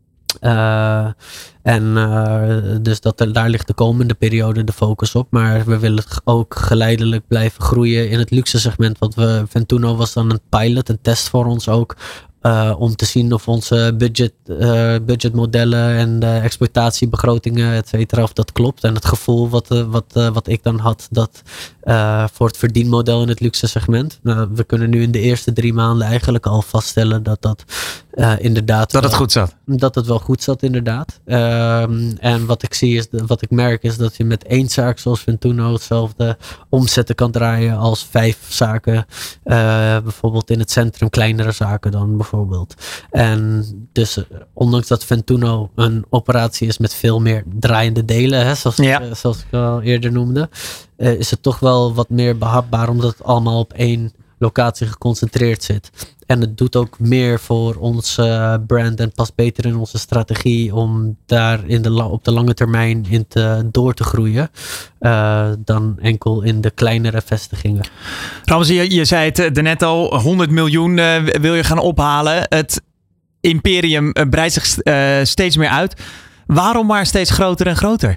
Uh, en uh, dus dat er, daar ligt de komende periode de focus op. Maar we willen ook geleidelijk blijven groeien in het luxe segment. Want we, Ventuno was dan een pilot, een test voor ons ook. Uh, om te zien of onze budget, uh, budgetmodellen en de exploitatiebegrotingen, et cetera, of dat klopt. En het gevoel wat, uh, wat, uh, wat ik dan had dat uh, voor het verdienmodel in het luxe segment. Nou, we kunnen nu in de eerste drie maanden eigenlijk al vaststellen dat dat uh, inderdaad... Dat het wel, goed zat. Dat het wel goed zat, inderdaad. Um, en wat ik zie is, wat ik merk is dat je met één zaak zoals Ventuno hetzelfde omzetten kan draaien als vijf zaken. Uh, bijvoorbeeld in het centrum kleinere zaken dan bijvoorbeeld. Bijvoorbeeld. En dus ondanks dat Ventuno een operatie is met veel meer draaiende delen, hè, zoals, ja. zoals ik al eerder noemde, uh, is het toch wel wat meer behapbaar omdat het allemaal op één locatie geconcentreerd zit. En het doet ook meer voor ons uh, brand en past beter in onze strategie om daar in de la- op de lange termijn in te, door te groeien uh, dan enkel in de kleinere vestigingen. Ramzi, je, je zei het net al, honderd miljoen uh, wil je gaan ophalen. Het imperium uh, breidt zich uh, steeds meer uit. Waarom maar steeds groter en groter?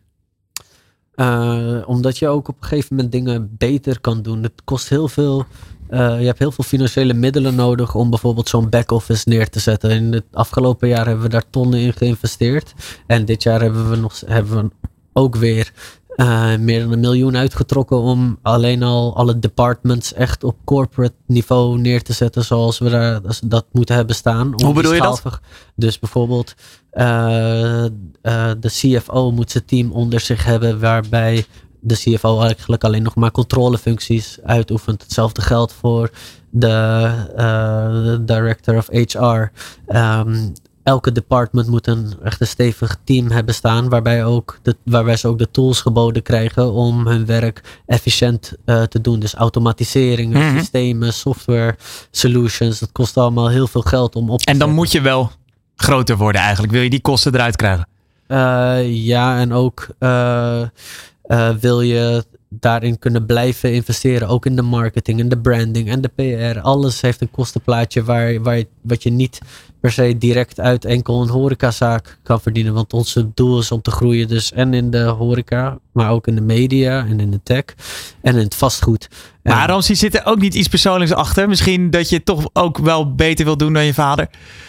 Uh, omdat je ook op een gegeven moment dingen beter kan doen. Het kost heel veel. Uh, je hebt heel veel financiële middelen nodig om bijvoorbeeld zo'n back-office neer te zetten. In het afgelopen jaar hebben we daar tonnen in geïnvesteerd. En dit jaar hebben we, nog, hebben we ook weer uh, meer dan een miljoen uitgetrokken om alleen al alle departments echt op corporate niveau neer te zetten zoals we daar, dat moeten hebben staan. Hoe bedoel je dat? Dus bijvoorbeeld uh, uh, de C F O moet zijn team onder zich hebben waarbij de C F O eigenlijk alleen nog maar controlefuncties uitoefent. Hetzelfde geldt voor de uh, Director of H R. Um, elke department moet een echt een stevig team hebben staan waarbij, ook de, waarbij ze ook de tools geboden krijgen om hun werk efficiënt uh, te doen. Dus automatiseringen, mm-hmm. systemen, software, solutions. Dat kost allemaal heel veel geld om op te En dan zetten. moet je wel groter worden eigenlijk. Wil je die kosten eruit krijgen? Uh, ja, en ook uh, uh, wil je daarin kunnen blijven investeren. Ook in de marketing en de branding en de P R. Alles heeft een kostenplaatje waar, waar je, wat je niet per se direct uit enkel een horecazaak kan verdienen. Want onze doel is om te groeien dus en in de horeca, maar ook in de media en in de tech en in het vastgoed. Maar Ramzi, zit er ook niet iets persoonlijks achter? Misschien dat je toch ook wel beter wil doen dan je vader?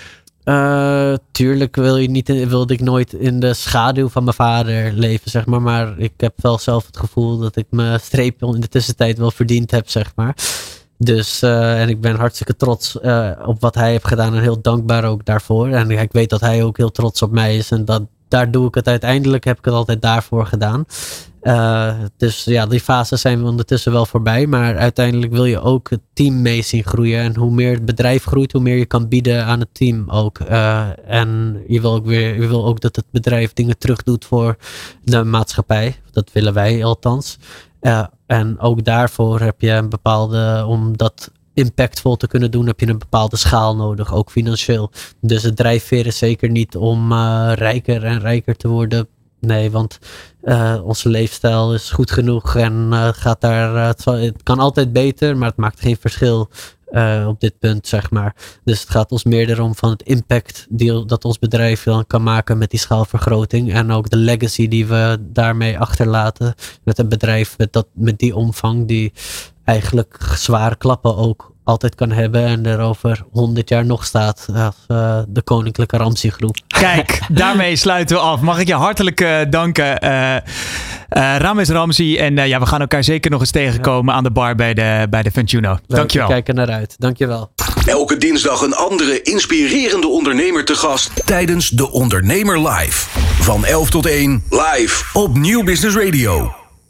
Uh, tuurlijk wil je niet, wilde ik nooit in de schaduw van mijn vader leven, zeg maar. Maar ik heb wel zelf het gevoel dat ik mijn streep in de tussentijd wel verdiend heb, zeg maar. Dus, uh, en ik ben hartstikke trots uh, op wat hij heeft gedaan en heel dankbaar ook daarvoor. En ik weet dat hij ook heel trots op mij is en dat, daar doe ik het uiteindelijk, heb ik het altijd daarvoor gedaan. Uh, dus ja, die fases zijn we ondertussen wel voorbij. Maar uiteindelijk wil je ook het team mee zien groeien. En hoe meer het bedrijf groeit, hoe meer je kan bieden aan het team ook. Uh, en je wil ook weer, je wil ook dat het bedrijf dingen terug doet voor de maatschappij. Dat willen wij althans. Uh, en ook daarvoor heb je een bepaalde, om dat impactvol te kunnen doen, heb je een bepaalde schaal nodig, ook financieel. Dus het drijfveer is zeker niet om uh, rijker en rijker te worden. Nee, want uh, onze leefstijl is goed genoeg en uh, gaat daar, uh, het, zal, het kan altijd beter, maar het maakt geen verschil uh, op dit punt, zeg maar. Dus het gaat ons meer erom van het impact die, dat ons bedrijf dan kan maken met die schaalvergroting en ook de legacy die we daarmee achterlaten met een bedrijf met, dat, met die omvang die eigenlijk zware klappen ook altijd kan hebben en er over honderd jaar nog staat als uh, de Koninklijke Ramzi Groep. Kijk, daarmee sluiten we af. Mag ik je hartelijk uh, danken, uh, uh, Ramesh Ramzi. En uh, ja, we gaan elkaar zeker nog eens tegenkomen ja. aan de bar bij de, bij de Ventuno. Dankjewel. We kijken naar uit. Dankjewel. Elke dinsdag een andere inspirerende ondernemer te gast tijdens De Ondernemer Live. Van elf tot één, live op Nieuw Business Radio.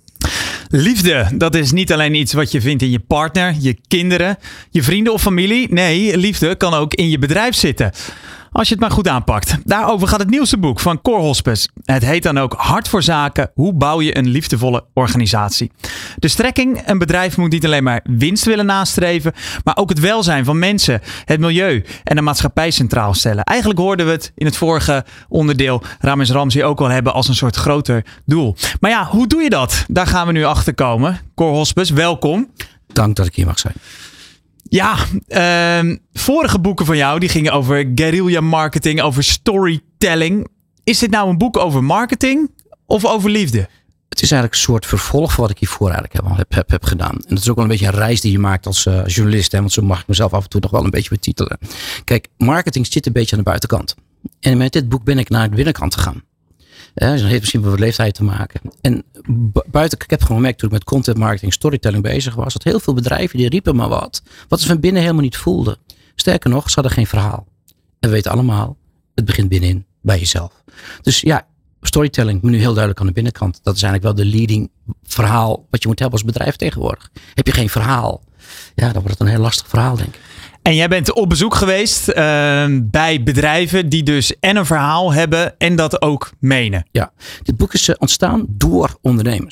Liefde, dat is niet alleen iets wat je vindt in je partner, je kinderen, je vrienden of familie. Nee, liefde kan ook in je bedrijf zitten. Als je het maar goed aanpakt. Daarover gaat het nieuwste boek van Core Hospice. Het heet dan ook Hart voor Zaken. Hoe bouw je een liefdevolle organisatie? De strekking, een bedrijf moet niet alleen maar winst willen nastreven, maar ook het welzijn van mensen, het milieu en de maatschappij centraal stellen. Eigenlijk hoorden we het in het vorige onderdeel Ramesh Ramzi ook al hebben als een soort groter doel. Maar ja, hoe doe je dat? Daar gaan we nu achter komen. Core Hospice, welkom. Dank dat ik hier mag zijn. Ja, uh, vorige boeken van jou die gingen over guerrilla marketing, over storytelling. Is dit nou een boek over marketing of over liefde? Het is eigenlijk een soort vervolg van wat ik hiervoor eigenlijk heb, heb, heb, heb gedaan. En dat is ook wel een beetje een reis die je maakt als uh, journalist. Hè, want zo mag ik mezelf af en toe nog wel een beetje betitelen. Kijk, marketing zit een beetje aan de buitenkant. En met dit boek ben ik naar de binnenkant gegaan. Ja, dat heeft misschien met leeftijd te maken. En buiten, ik heb gewoon gemerkt toen ik met content marketing, storytelling bezig was, dat heel veel bedrijven die riepen maar wat, wat ze van binnen helemaal niet voelden. Sterker nog, ze hadden geen verhaal. En we weten allemaal, het begint binnenin, bij jezelf. Dus ja, storytelling, nu heel duidelijk aan de binnenkant. Dat is eigenlijk wel de leading verhaal wat je moet hebben als bedrijf tegenwoordig. Heb je geen verhaal, ja, dan wordt het een heel lastig verhaal, denk ik. En jij bent op bezoek geweest uh, bij bedrijven die dus en een verhaal hebben en dat ook menen. Ja, dit boek is uh, ontstaan door ondernemers.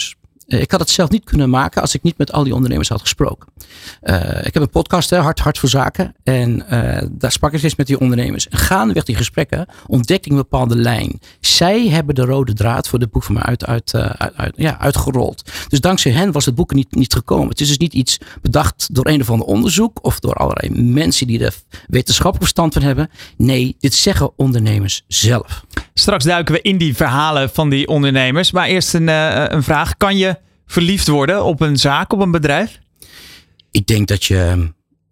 Uh, ik had het zelf niet kunnen maken als ik niet met al die ondernemers had gesproken. Uh, ik heb een podcast, hè, Hart, Hart voor Zaken. En uh, daar sprak ik eens met die ondernemers. En gaandeweg die gesprekken ontdekte ik een bepaalde lijn. Zij hebben de rode draad voor het boek van mij uit, uit, uh, uit, uit, ja, uitgerold. Dus dankzij hen was het boek niet, niet gekomen. Het is dus niet iets bedacht door een of ander onderzoek of door allerlei mensen die er wetenschappelijk verstand van hebben. Nee, dit zeggen ondernemers zelf. Straks duiken we in die verhalen van die ondernemers. Maar eerst een, uh, een vraag. Kan je verliefd worden op een zaak, op een bedrijf? Ik denk dat je,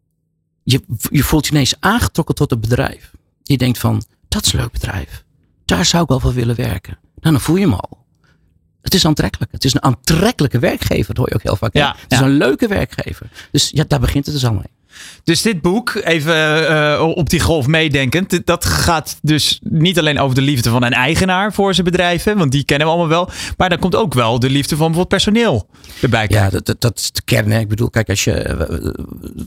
je, je voelt je ineens aangetrokken tot het bedrijf. Je denkt van, dat is een leuk bedrijf. Daar zou ik wel voor willen werken. Nou, dan voel je hem al. Het is aantrekkelijk. Het is een aantrekkelijke werkgever. Dat hoor je ook heel vaak. Ja, het is ja. een leuke werkgever. Dus ja, daar begint het dus al mee. Dus dit boek, even uh, op die golf meedenkend, dat gaat dus niet alleen over de liefde van een eigenaar voor zijn bedrijven, want die kennen we allemaal wel, maar daar komt ook wel de liefde van bijvoorbeeld personeel erbij. Ja, dat, dat, dat is de kern. Hè. Ik bedoel, kijk, als je, uh,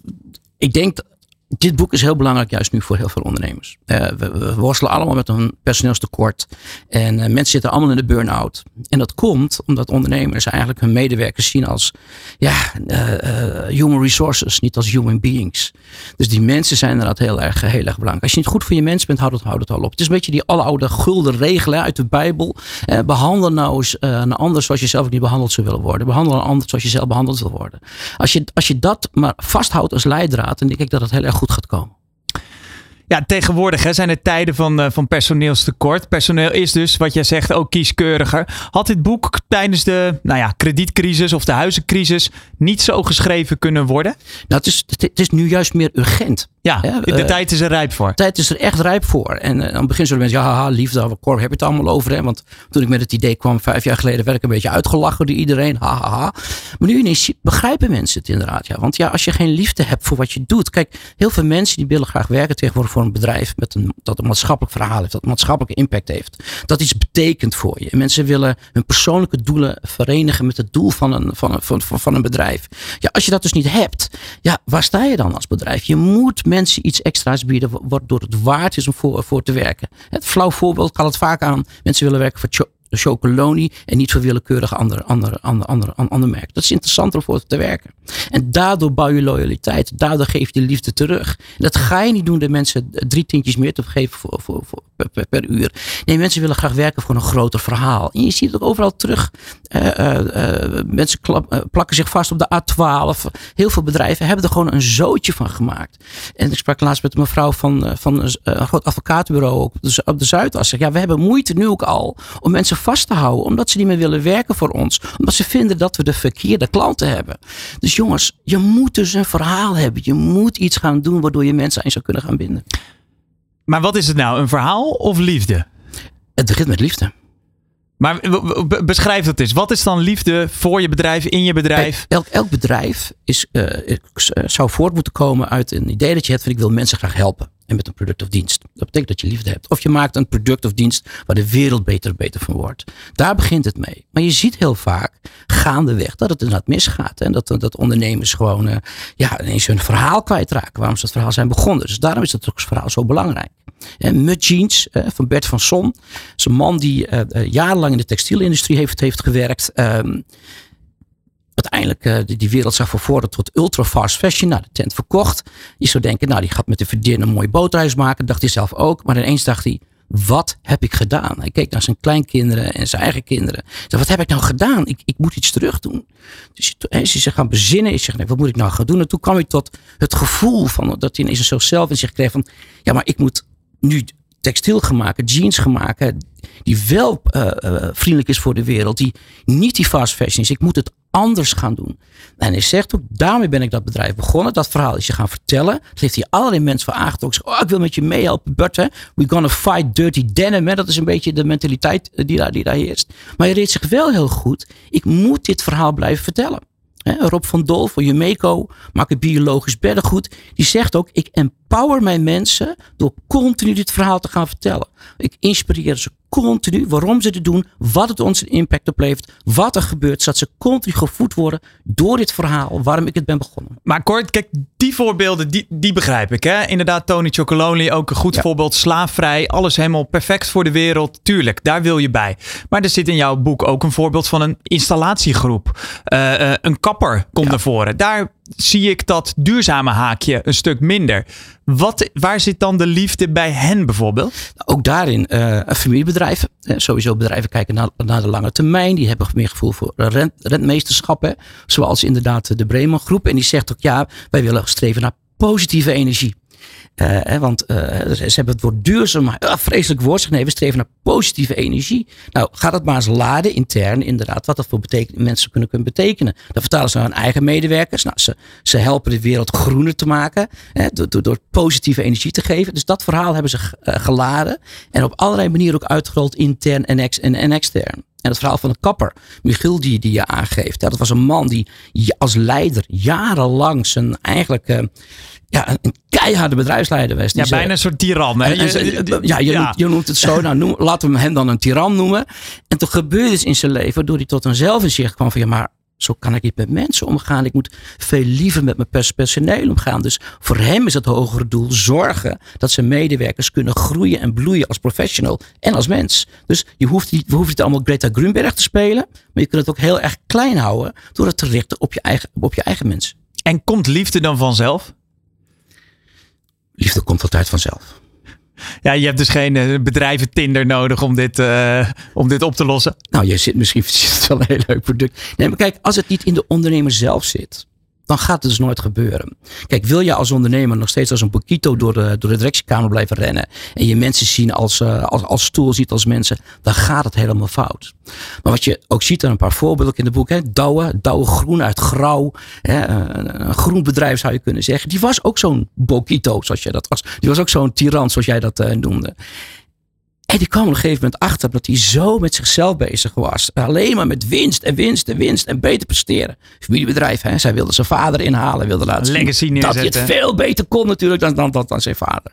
ik denk, dit boek is heel belangrijk juist nu voor heel veel ondernemers. Uh, we, we worstelen allemaal met een personeelstekort. En uh, mensen zitten allemaal in de burn-out. En dat komt omdat ondernemers eigenlijk hun medewerkers zien als ja, uh, uh, human resources, niet als human beings. Dus die mensen zijn inderdaad heel erg, heel erg belangrijk. Als je niet goed voor je mensen bent, houd het, houd het al op. Het is een beetje die aloude gulden regel hè, uit de Bijbel. Uh, behandel nou eens uh, een ander zoals je zelf ook niet behandeld zou willen worden. Behandel een ander zoals je zelf behandeld wil worden. Als je, als je dat maar vasthoudt als leidraad, dan denk ik dat het heel erg goed gaat komen. Ja, tegenwoordig hè, zijn er tijden van, uh, van personeelstekort. Personeel is dus, wat jij zegt, ook kieskeuriger. Had dit boek tijdens de nou ja, kredietcrisis of de huizencrisis niet zo geschreven kunnen worden? Nou, het is, het is nu juist meer urgent. Ja, de uh, tijd is er rijp voor. De tijd is er echt rijp voor. En uh, aan het begin zullen mensen, ja, haha, liefde, Cor, heb je het allemaal over? Hè? Want toen ik met het idee kwam, vijf jaar geleden, werd ik een beetje uitgelachen door iedereen. Ha, ha, ha. Maar nu ineens begrijpen mensen het inderdaad. Ja. Want ja, als je geen liefde hebt voor wat je doet. Kijk, heel veel mensen die willen graag werken tegenwoordig voor een bedrijf met een, dat een maatschappelijk verhaal heeft, dat een maatschappelijke impact heeft. Dat iets betekent voor je. En mensen willen hun persoonlijke doelen verenigen met het doel van een, van een, van, van, van een bedrijf. Ja, als je dat dus niet hebt, ja, waar sta je dan als bedrijf? Je moet mensen iets extra's bieden, waardoor het waard is om voor, voor te werken. Het flauw voorbeeld kan het vaak aan. Mensen willen werken voor cho- Chocoloni en niet voor willekeurige andere, andere, andere, andere, andere merken. Dat is interessanter om voor te werken. En daardoor bouw je loyaliteit. Daardoor geef je de liefde terug. En dat ga je niet doen de mensen drie tientjes meer te geven voor, voor, voor, per, per uur. Nee, mensen willen graag werken voor een groter verhaal. En je ziet het ook overal terug. Uh, uh, uh, mensen klap, uh, plakken zich vast op de A twaalf. Heel veel bedrijven hebben er gewoon een zootje van gemaakt. En ik sprak laatst met een mevrouw van, uh, van uh, een groot advocatenbureau op de, op de Zuidas. Ja, we hebben moeite nu ook al om mensen vast te houden, omdat ze niet meer willen werken voor ons. Omdat ze vinden dat we de verkeerde klanten hebben. Dus jongens, je moet dus een verhaal hebben. Je moet iets gaan doen waardoor je mensen aan je zou kunnen gaan binden. Maar wat is het nou? Een verhaal of liefde? Het begint met liefde. Maar beschrijf dat eens. Wat is dan liefde voor je bedrijf, in je bedrijf? Elk, elk bedrijf is, uh, zou voort moeten komen uit een idee dat je hebt van ik wil mensen graag helpen. En met een product of dienst. Dat betekent dat je liefde hebt. Of je maakt een product of dienst waar de wereld beter beter van wordt. Daar begint het mee. Maar je ziet heel vaak gaandeweg dat het inderdaad misgaat. En dat, dat ondernemers gewoon uh, ja, ineens hun verhaal kwijtraken. Waarom ze dat verhaal zijn begonnen. Dus daarom is dat ook verhaal zo belangrijk. En Mud Jeans uh, van Bert van Son. Dat is een man die uh, uh, jarenlang in de textielindustrie heeft, heeft gewerkt. Um, Uiteindelijk uh, die, die wereld zag vervorderd tot ultra fast fashion. Nou, de tent verkocht. Je zou denken, nou die gaat met de verdien een mooi boothuis maken. Dacht hij zelf ook. Maar ineens dacht hij, wat heb ik gedaan? Hij keek naar zijn kleinkinderen en zijn eigen kinderen. Hij zei, wat heb ik nou gedaan? Ik, ik moet iets terug doen. Dus hij is zich gaan bezinnen. Hij zegt, nee, wat moet ik nou gaan doen? En toen kwam hij tot het gevoel van, dat hij ineens zichzelf in zich kreeg van, ja, maar ik moet nu textiel gaan maken, jeans gaan maken, die wel uh, uh, vriendelijk is voor de wereld, die niet die fast fashion is. Ik moet het anders gaan doen. En hij zegt ook, daarmee ben ik dat bedrijf begonnen. Dat verhaal is je gaan vertellen. Dat heeft hij allerlei mensen voor aangetrokken. Oh, ik wil met je meehelpen, Bert. Hè? We're gonna fight dirty denim. Hè? Dat is een beetje de mentaliteit die daar, die daar heerst. Maar hij reed zich wel heel goed. Ik moet dit verhaal blijven vertellen. Hè? Rob van Dol van Jumeco, maakt het biologisch beddengoed. Die zegt ook, ik empower mijn mensen door continu dit verhaal te gaan vertellen. Ik inspireer ze continu waarom ze dit doen, wat het ons een impact oplevert, wat er gebeurt, zodat ze continu gevoed worden door dit verhaal, waarom ik het ben begonnen. Maar Cor, kijk, die voorbeelden, die, die begrijp ik. Hè? Inderdaad, Tony Chocolonely, ook een goed ja. voorbeeld. Slaafvrij, alles helemaal perfect voor de wereld. Tuurlijk, daar wil je bij. Maar er zit in jouw boek ook een voorbeeld van een installatiegroep. Uh, uh, een kapper komt ja. naar voren. Daar zie ik dat duurzame haakje een stuk minder. Wat, waar zit dan de liefde bij hen bijvoorbeeld? Ook daarin uh, familiebedrijven. Uh, sowieso bedrijven kijken naar, naar de lange termijn. Die hebben meer gevoel voor rent, rentmeesterschap. Hè? Zoals inderdaad de Bremen Groep. En die zegt ook ja, wij willen streven naar positieve energie. Uh, hè, want uh, ze hebben het woord duurzaam, maar uh, vreselijk woord. Zeg, nee, we streven naar positieve energie. Nou, ga dat maar eens laden intern, inderdaad. Wat dat voor beteken, mensen kunnen, kunnen betekenen. Dan vertalen ze aan hun eigen medewerkers. Nou, ze, ze helpen de wereld groener te maken. Hè, door, door, door positieve energie te geven. Dus dat verhaal hebben ze uh, geladen. En op allerlei manieren ook uitgerold, intern en, ex, en, en extern. En het verhaal van de kapper, Michiel, die, die je aangeeft. Ja, dat was een man die als leider jarenlang zijn eigenlijk uh, ja, een, een keiharde bedrijfsleider was. Ja, bijna zei, een soort tiran. Hè? En, en, je, ja, je, ja. Noemt, je noemt het zo. Nou, noem, laten we hem dan een tiran noemen. En toen gebeurde iets in zijn leven, waardoor hij tot een zelfinzicht kwam van ja, maar zo kan ik niet met mensen omgaan. Ik moet veel liever met mijn personeel omgaan. Dus voor hem is het hogere doel zorgen dat zijn medewerkers kunnen groeien en bloeien als professional en als mens. Dus je hoeft niet, we hoeven niet allemaal Greta Thunberg te spelen. Maar je kunt het ook heel erg klein houden door het te richten op je eigen, op je eigen mensen. En komt liefde dan vanzelf? Liefde komt altijd vanzelf. Ja, je hebt dus geen uh, bedrijven Tinder nodig om dit, uh, om dit op te lossen. Nou, je zit misschien zit het wel een heel leuk product. Nee, maar kijk, als het niet in de ondernemer zelf zit, dan gaat het dus nooit gebeuren. Kijk, wil je als ondernemer nog steeds als een poquito door de, door de directiekamer blijven rennen en je mensen zien als, uh, als, als stoel ziet als mensen, dan gaat het helemaal fout. Maar wat je ook ziet, er een paar voorbeelden in het boek, hè, Douwe, Douwe Groen uit Grauw, hè, een, een groen bedrijf zou je kunnen zeggen. Die was ook zo'n poquito, zoals jij dat was. Die was ook zo'n tiran, zoals jij dat uh, noemde. En die kwam op een gegeven moment achter dat hij zo met zichzelf bezig was. Alleen maar met winst en winst en winst en beter presteren. Familiebedrijf, hè. Zij wilde zijn vader inhalen. Wilde laten Legacy zien dat hij het veel beter kon natuurlijk dan, dan, dan, dan zijn vader.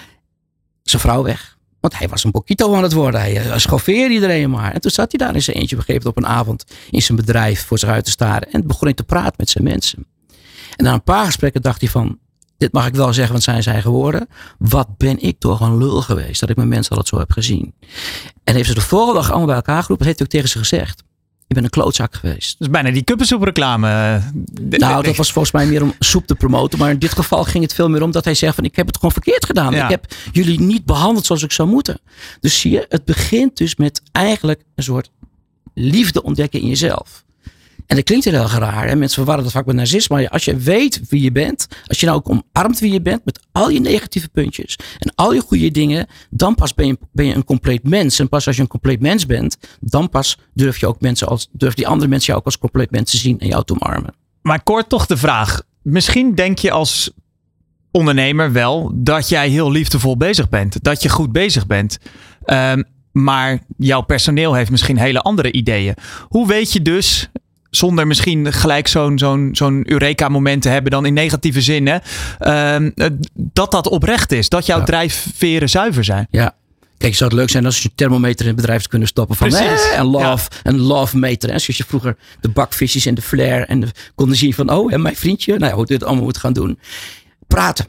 Zijn vrouw weg. Want hij was een poquito aan het worden. Hij schoffeerde iedereen maar. En toen zat hij daar in zijn eentje op een gegeven moment op een avond in zijn bedrijf voor zich uit te staren. En begon hij te praten met zijn mensen. En na een paar gesprekken dacht hij van, dit mag ik wel zeggen, want zijn zijn geworden. Wat ben ik toch een lul geweest dat ik mijn mensen altijd zo heb gezien. En heeft ze de volgende dag allemaal bij elkaar geroepen. Dat heeft hij ook tegen ze gezegd. Ik ben een klootzak geweest. Dat is bijna die kuppensoepreclame. Nou, dat was volgens mij meer om soep te promoten. Maar in dit geval ging het veel meer om dat hij zegt van ik heb het gewoon verkeerd gedaan. Ja. Ik heb jullie niet behandeld zoals ik zou moeten. Dus zie je, het begint dus met eigenlijk een soort liefde ontdekken in jezelf. En dat klinkt heel erg raar. Hè? Mensen verwarren dat vaak met narcisme. Maar als je weet wie je bent. Als je nou ook omarmt wie je bent. Met al je negatieve puntjes. En al je goede dingen. Dan pas ben je, ben je een compleet mens. En pas als je een compleet mens bent. Dan pas durf je ook mensen als, durf die andere mensen jou ook als compleet mens te zien. En jou te omarmen. Maar kort toch de vraag. Misschien denk je als ondernemer wel. Dat jij heel liefdevol bezig bent. Dat je goed bezig bent. Um, maar jouw personeel heeft misschien hele andere ideeën. Hoe weet je dus, zonder misschien gelijk zo'n, zo'n, zo'n Eureka-moment te hebben dan in negatieve zin, hè, uh, dat dat oprecht is. Dat jouw ja. drijfveren zuiver zijn. Ja. Kijk, zou het leuk zijn als je thermometer in het bedrijf te kunnen stoppen van eh, en love, ja. een love meter. Hè? Zoals je vroeger de bakvisjes en de flair en de, konden zien van, oh, en mijn vriendje, nou ja, hoe dit allemaal moet gaan doen. Praten.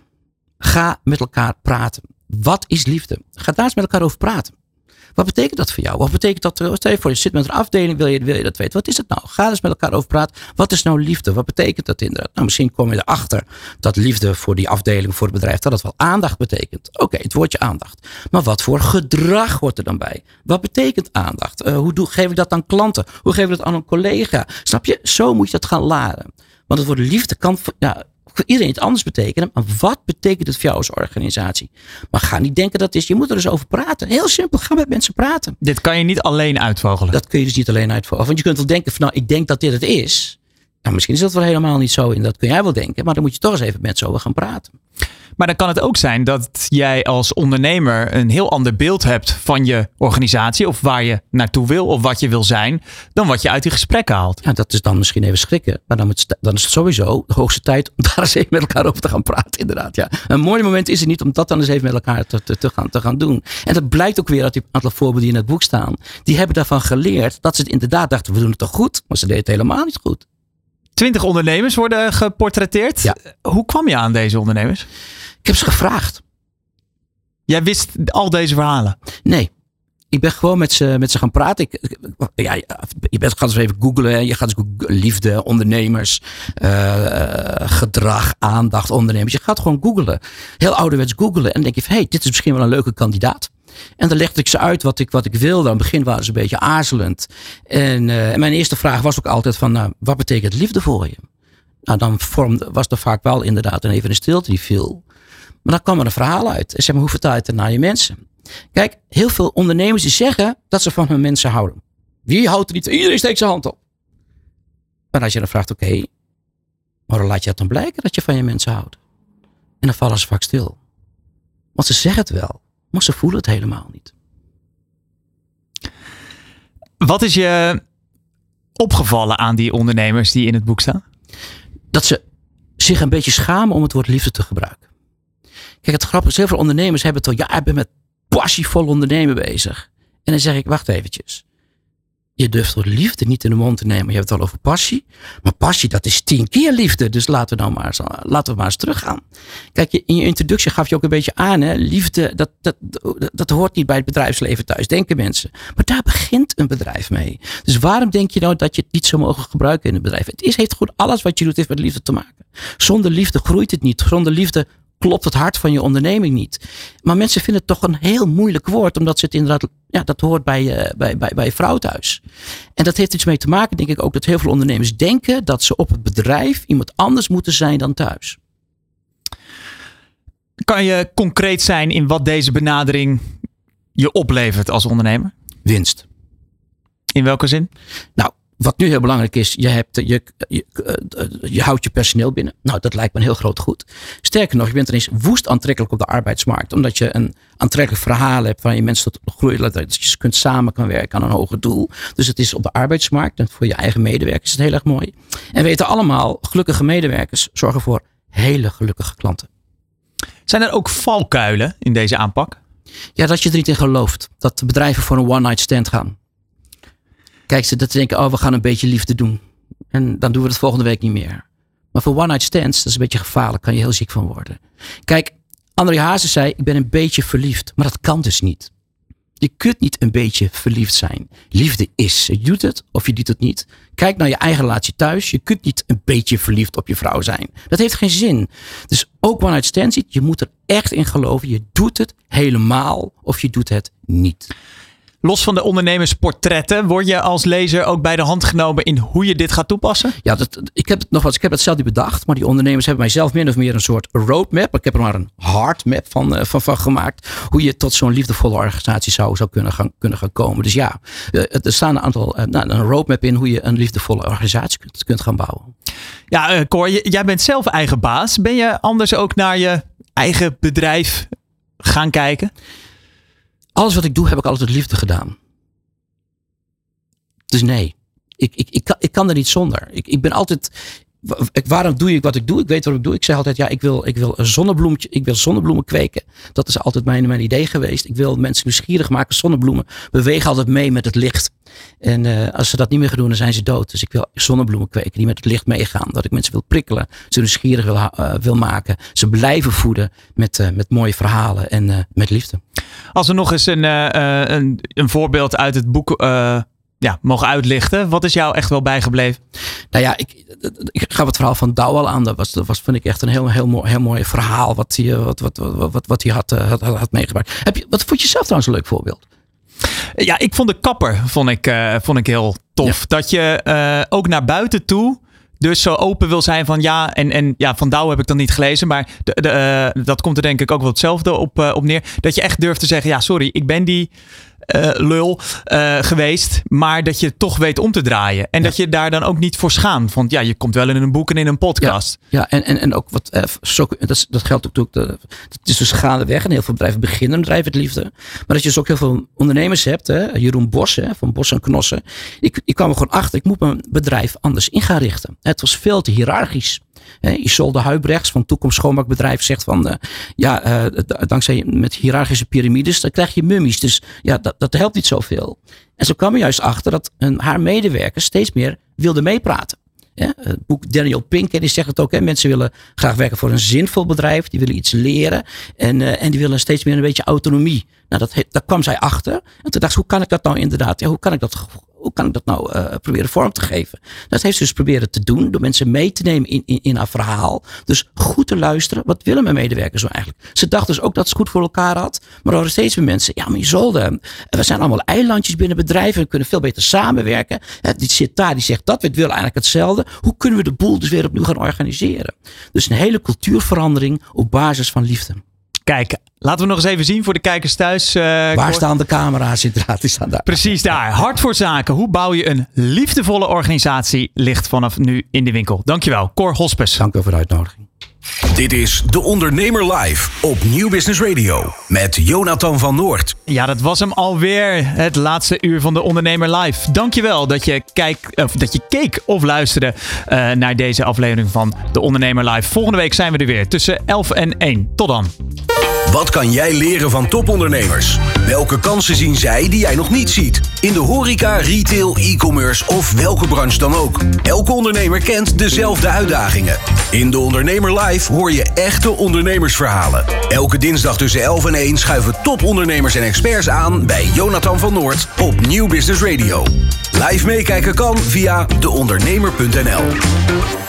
Ga met elkaar praten. Wat is liefde? Ga daar eens met elkaar over praten. Wat betekent dat voor jou? Wat betekent dat? Stel je voor, je zit met een afdeling, wil je, wil je dat weten? Wat is het nou? Ga eens met elkaar over praten. Wat is nou liefde? Wat betekent dat inderdaad? Nou, misschien kom je erachter dat liefde voor die afdeling, voor het bedrijf, dat dat wel aandacht betekent. Oké, okay, het woordje aandacht. Maar wat voor gedrag hoort er dan bij? Wat betekent aandacht? Uh, hoe doe, geef ik dat aan klanten? Hoe geef ik dat aan een collega? Snap je? Zo moet je dat gaan laden. Want het woord liefde kan, ja, voor iedereen het anders betekenen. Maar wat betekent het voor jou als organisatie? Maar ga niet denken dat het is. Je moet er dus over praten. Heel simpel. Ga met mensen praten. Dit kan je niet alleen uitvogelen. Dat kun je dus niet alleen uitvogelen. Want je kunt wel denken van, nou, ik denk dat dit het is. Nou, misschien is dat wel helemaal niet zo en dat kun jij wel denken. Maar dan moet je toch eens even met z'n over gaan praten. Maar dan kan het ook zijn dat jij als ondernemer een heel ander beeld hebt van je organisatie. Of waar je naartoe wil of wat je wil zijn. Dan wat je uit die gesprekken haalt. Ja, dat is dan misschien even schrikken. Maar dan, moet, dan is het sowieso de hoogste tijd om daar eens even met elkaar over te gaan praten. Inderdaad, ja. Een mooi moment is het niet om dat dan eens even met elkaar te, te, te, gaan, te gaan doen. En dat blijkt ook weer uit die aantal voorbeelden die in het boek staan. Die hebben daarvan geleerd dat ze het inderdaad dachten, we doen het toch goed? Maar ze deden het helemaal niet goed. Twintig ondernemers worden geportretteerd. Ja. Hoe kwam je aan deze ondernemers? Ik heb ze gevraagd. Jij wist al deze verhalen? Nee. Ik ben gewoon met ze, met ze gaan praten. Ik, ja, je bent, gaat eens even googlen. Je gaat eens googlen, liefde, ondernemers, uh, gedrag, aandacht, ondernemers. Je gaat gewoon googlen. Heel ouderwets googlen. En dan denk je van, hé, hey, dit is misschien wel een leuke kandidaat. En dan legde ik ze uit wat ik, wat ik wilde. Aan het begin waren ze een beetje aarzelend. En, uh, en mijn eerste vraag was ook altijd van, nou, wat betekent liefde voor je? Nou, dan vormde, was er vaak wel inderdaad een even een stilte die viel. Maar dan kwam er een verhaal uit. En zeg maar, hoe vertaal je het naar je mensen? Kijk, heel veel ondernemers die zeggen dat ze van hun mensen houden. Wie houdt er niet? Iedereen steekt zijn hand op. Maar als je dan vraagt, oké, okay, waarom laat je dat dan blijken dat je van je mensen houdt? En dan vallen ze vaak stil. Want ze zeggen het wel, maar ze voelen het helemaal niet. Wat is je opgevallen aan die ondernemers die in het boek staan? Dat ze zich een beetje schamen om het woord liefde te gebruiken. Kijk, het grappige is, heel veel ondernemers hebben het al, ja, ik ben met passievol ondernemen bezig. En dan zeg ik, wacht eventjes. Je durft het woord liefde niet in de mond te nemen. Je hebt het al over passie. Maar passie, dat is tien keer liefde. Dus laten we nou maar eens, laten we maar eens teruggaan. Kijk, in je introductie gaf je ook een beetje aan. Hè? Liefde, dat, dat, dat, dat hoort niet bij het bedrijfsleven thuis. Denken mensen. Maar daar begint een bedrijf mee. Dus waarom denk je nou dat je het niet zou mogen gebruiken in een bedrijf? Het is, heeft goed, alles wat je doet heeft met liefde te maken. Zonder liefde groeit het niet. Zonder liefde klopt het hart van je onderneming niet. Maar mensen vinden het toch een heel moeilijk woord. Omdat ze het inderdaad, ja, dat hoort bij, uh, bij, bij, bij je vrouw thuis. En dat heeft iets mee te maken, denk ik ook, dat heel veel ondernemers denken dat ze op het bedrijf iemand anders moeten zijn dan thuis. Kan je concreet zijn in wat deze benadering je oplevert als ondernemer? Winst. In welke zin? Nou, wat nu heel belangrijk is, je, hebt, je, je, je houdt je personeel binnen. Nou, dat lijkt me een heel groot goed. Sterker nog, je bent ineens woest aantrekkelijk op de arbeidsmarkt. Omdat je een aantrekkelijk verhaal hebt van je mensen tot groeien. Dat je kunt samen kan werken aan een hoger doel. Dus het is op de arbeidsmarkt en voor je eigen medewerkers is het heel erg mooi. En we weten allemaal, gelukkige medewerkers zorgen voor hele gelukkige klanten. Zijn er ook valkuilen in deze aanpak? Ja, dat je er niet in gelooft. Dat de bedrijven voor een one-night stand gaan. Kijk, ze dat denken, oh, we gaan een beetje liefde doen. En dan doen we het volgende week niet meer. Maar voor one-night stands, dat is een beetje gevaarlijk. Kan je heel ziek van worden. Kijk, André Hazes zei, ik ben een beetje verliefd. Maar dat kan dus niet. Je kunt niet een beetje verliefd zijn. Liefde is. Je doet het of je doet het niet. Kijk naar je eigen relatie thuis. Je kunt niet een beetje verliefd op je vrouw zijn. Dat heeft geen zin. Dus ook one-night stands, je moet er echt in geloven. Je doet het helemaal of je doet het niet. Los van de ondernemersportretten, word je als lezer ook bij de hand genomen in hoe je dit gaat toepassen? Ja, dat, ik heb het nog wat, ik heb het zelf niet bedacht, maar die ondernemers hebben mij zelf min of meer een soort roadmap. Ik heb er maar een hardmap van, van, van gemaakt. Hoe je tot zo'n liefdevolle organisatie zou, zou kunnen, gaan, kunnen gaan komen. Dus ja, er staan een aantal, nou, een roadmap in hoe je een liefdevolle organisatie kunt, kunt gaan bouwen. Ja, uh, Cor, jij bent zelf eigen baas. Ben je anders ook naar je eigen bedrijf gaan kijken? Alles wat ik doe, heb ik altijd liefde gedaan. Dus nee, ik, ik, ik, kan, ik kan er niet zonder. Ik, ik ben altijd, ik, waarom doe ik wat ik doe? Ik weet wat ik doe. Ik zeg altijd, ja, ik wil, ik wil een zonnebloemetje, ik wil zonnebloemen kweken. Dat is altijd mijn, mijn idee geweest. Ik wil mensen nieuwsgierig maken. Zonnebloemen bewegen altijd mee met het licht. En uh, als ze dat niet meer gaan doen, dan zijn ze dood. Dus ik wil zonnebloemen kweken die met het licht meegaan. Dat ik mensen wil prikkelen, ze nieuwsgierig wil, uh, wil maken. Ze blijven voeden met, uh, met mooie verhalen en uh, met liefde. Als we nog eens een, uh, een, een voorbeeld uit het boek uh, ja, mogen uitlichten. Wat is jou echt wel bijgebleven? Nou ja, ik, ik ga het verhaal van Douw al aan. Dat was, dat was vind ik echt een heel, heel, mooi, heel mooi verhaal wat hij, wat, wat, wat, wat, wat hij had, had, had meegemaakt. Heb je, wat vond je zelf trouwens een leuk voorbeeld? Ja, ik vond de kapper vond ik, uh, vond ik heel tof. Ja. Dat je uh, ook naar buiten toe dus zo open wil zijn van ja. En, en ja, van Douw heb ik dan niet gelezen. Maar de, de, uh, dat komt er denk ik ook wel hetzelfde op, uh, op neer. Dat je echt durft te zeggen, ja sorry, ik ben die uh, lul uh, geweest. Maar dat je het toch weet om te draaien. En ja. dat je daar dan ook niet voor schaamt. Want ja, je komt wel in een boek en in een podcast. Ja, ja en, en, en ook wat... Uh, zo, dat, dat geldt ook natuurlijk... Het is dus gaandeweg. En heel veel bedrijven beginnen een bedrijf met liefde. Maar dat je dus ook heel veel ondernemers hebt. Hè, Jeroen Bos hè, van Bos en Knossen. Ik, ik kwam er gewoon achter. Ik moet mijn bedrijf anders in gaan richten. Het was veel te hiërarchisch. Uh, Isolde Huibrechts van Toekomst Schoonmaakbedrijf zegt van uh, ja, uh, dankzij met hiërarchische piramides dan krijg je mummies. Dus ja, dat, dat helpt niet zoveel. En zo kwam er juist achter dat een, haar medewerkers steeds meer wilden meepraten. Ja, het boek Daniel Pink, die zegt het ook. Hè, mensen willen graag werken voor een zinvol bedrijf. Die willen iets leren. En, uh, en die willen steeds meer een beetje autonomie. Nou, dat, daar kwam zij achter. En toen dacht ze, hoe kan ik dat nou inderdaad? Ja, hoe kan ik dat, hoe kan ik dat nou uh, proberen vorm te geven? Dat heeft ze dus proberen te doen. Door mensen mee te nemen in, in, in haar verhaal. Dus goed te luisteren. Wat willen mijn medewerkers nou eigenlijk? Ze dacht dus ook dat ze goed voor elkaar had. Maar er waren steeds meer mensen. Ja, maar Isolde, we zijn allemaal eilandjes binnen bedrijven. We kunnen veel beter samenwerken. Die zit daar, die zegt dat. We willen eigenlijk hetzelfde. Hoe kunnen we de boel dus weer opnieuw gaan organiseren? Dus een hele cultuurverandering op basis van liefde. Kijk, laten we nog eens even zien voor de kijkers thuis. Uh, Waar Cor... staan de camera's inderdaad? Die staan daar. Precies daar. Hart voor zaken. Hoe bouw je een liefdevolle organisatie? Ligt vanaf nu in de winkel. Dankjewel, Cor Hospes. Dank u voor de uitnodiging. Dit is De Ondernemer Live op Nieuw Business Radio met Jonathan van Noord. Ja, dat was hem alweer. Het laatste uur van De Ondernemer Live. Dankjewel dat je, kijk, of dat je keek of luisterde uh, naar deze aflevering van De Ondernemer Live. Volgende week zijn we er weer tussen elf en één. Tot dan. Wat kan jij leren van topondernemers? Welke kansen zien zij die jij nog niet ziet? In de horeca, retail, e-commerce of welke branche dan ook. Elke ondernemer kent dezelfde uitdagingen. In De Ondernemer Live hoor je echte ondernemersverhalen. Elke dinsdag tussen elf en één schuiven topondernemers en experts aan bij Jonathan van Noord op Nieuw Business Radio. Live meekijken kan via de ondernemer punt n l.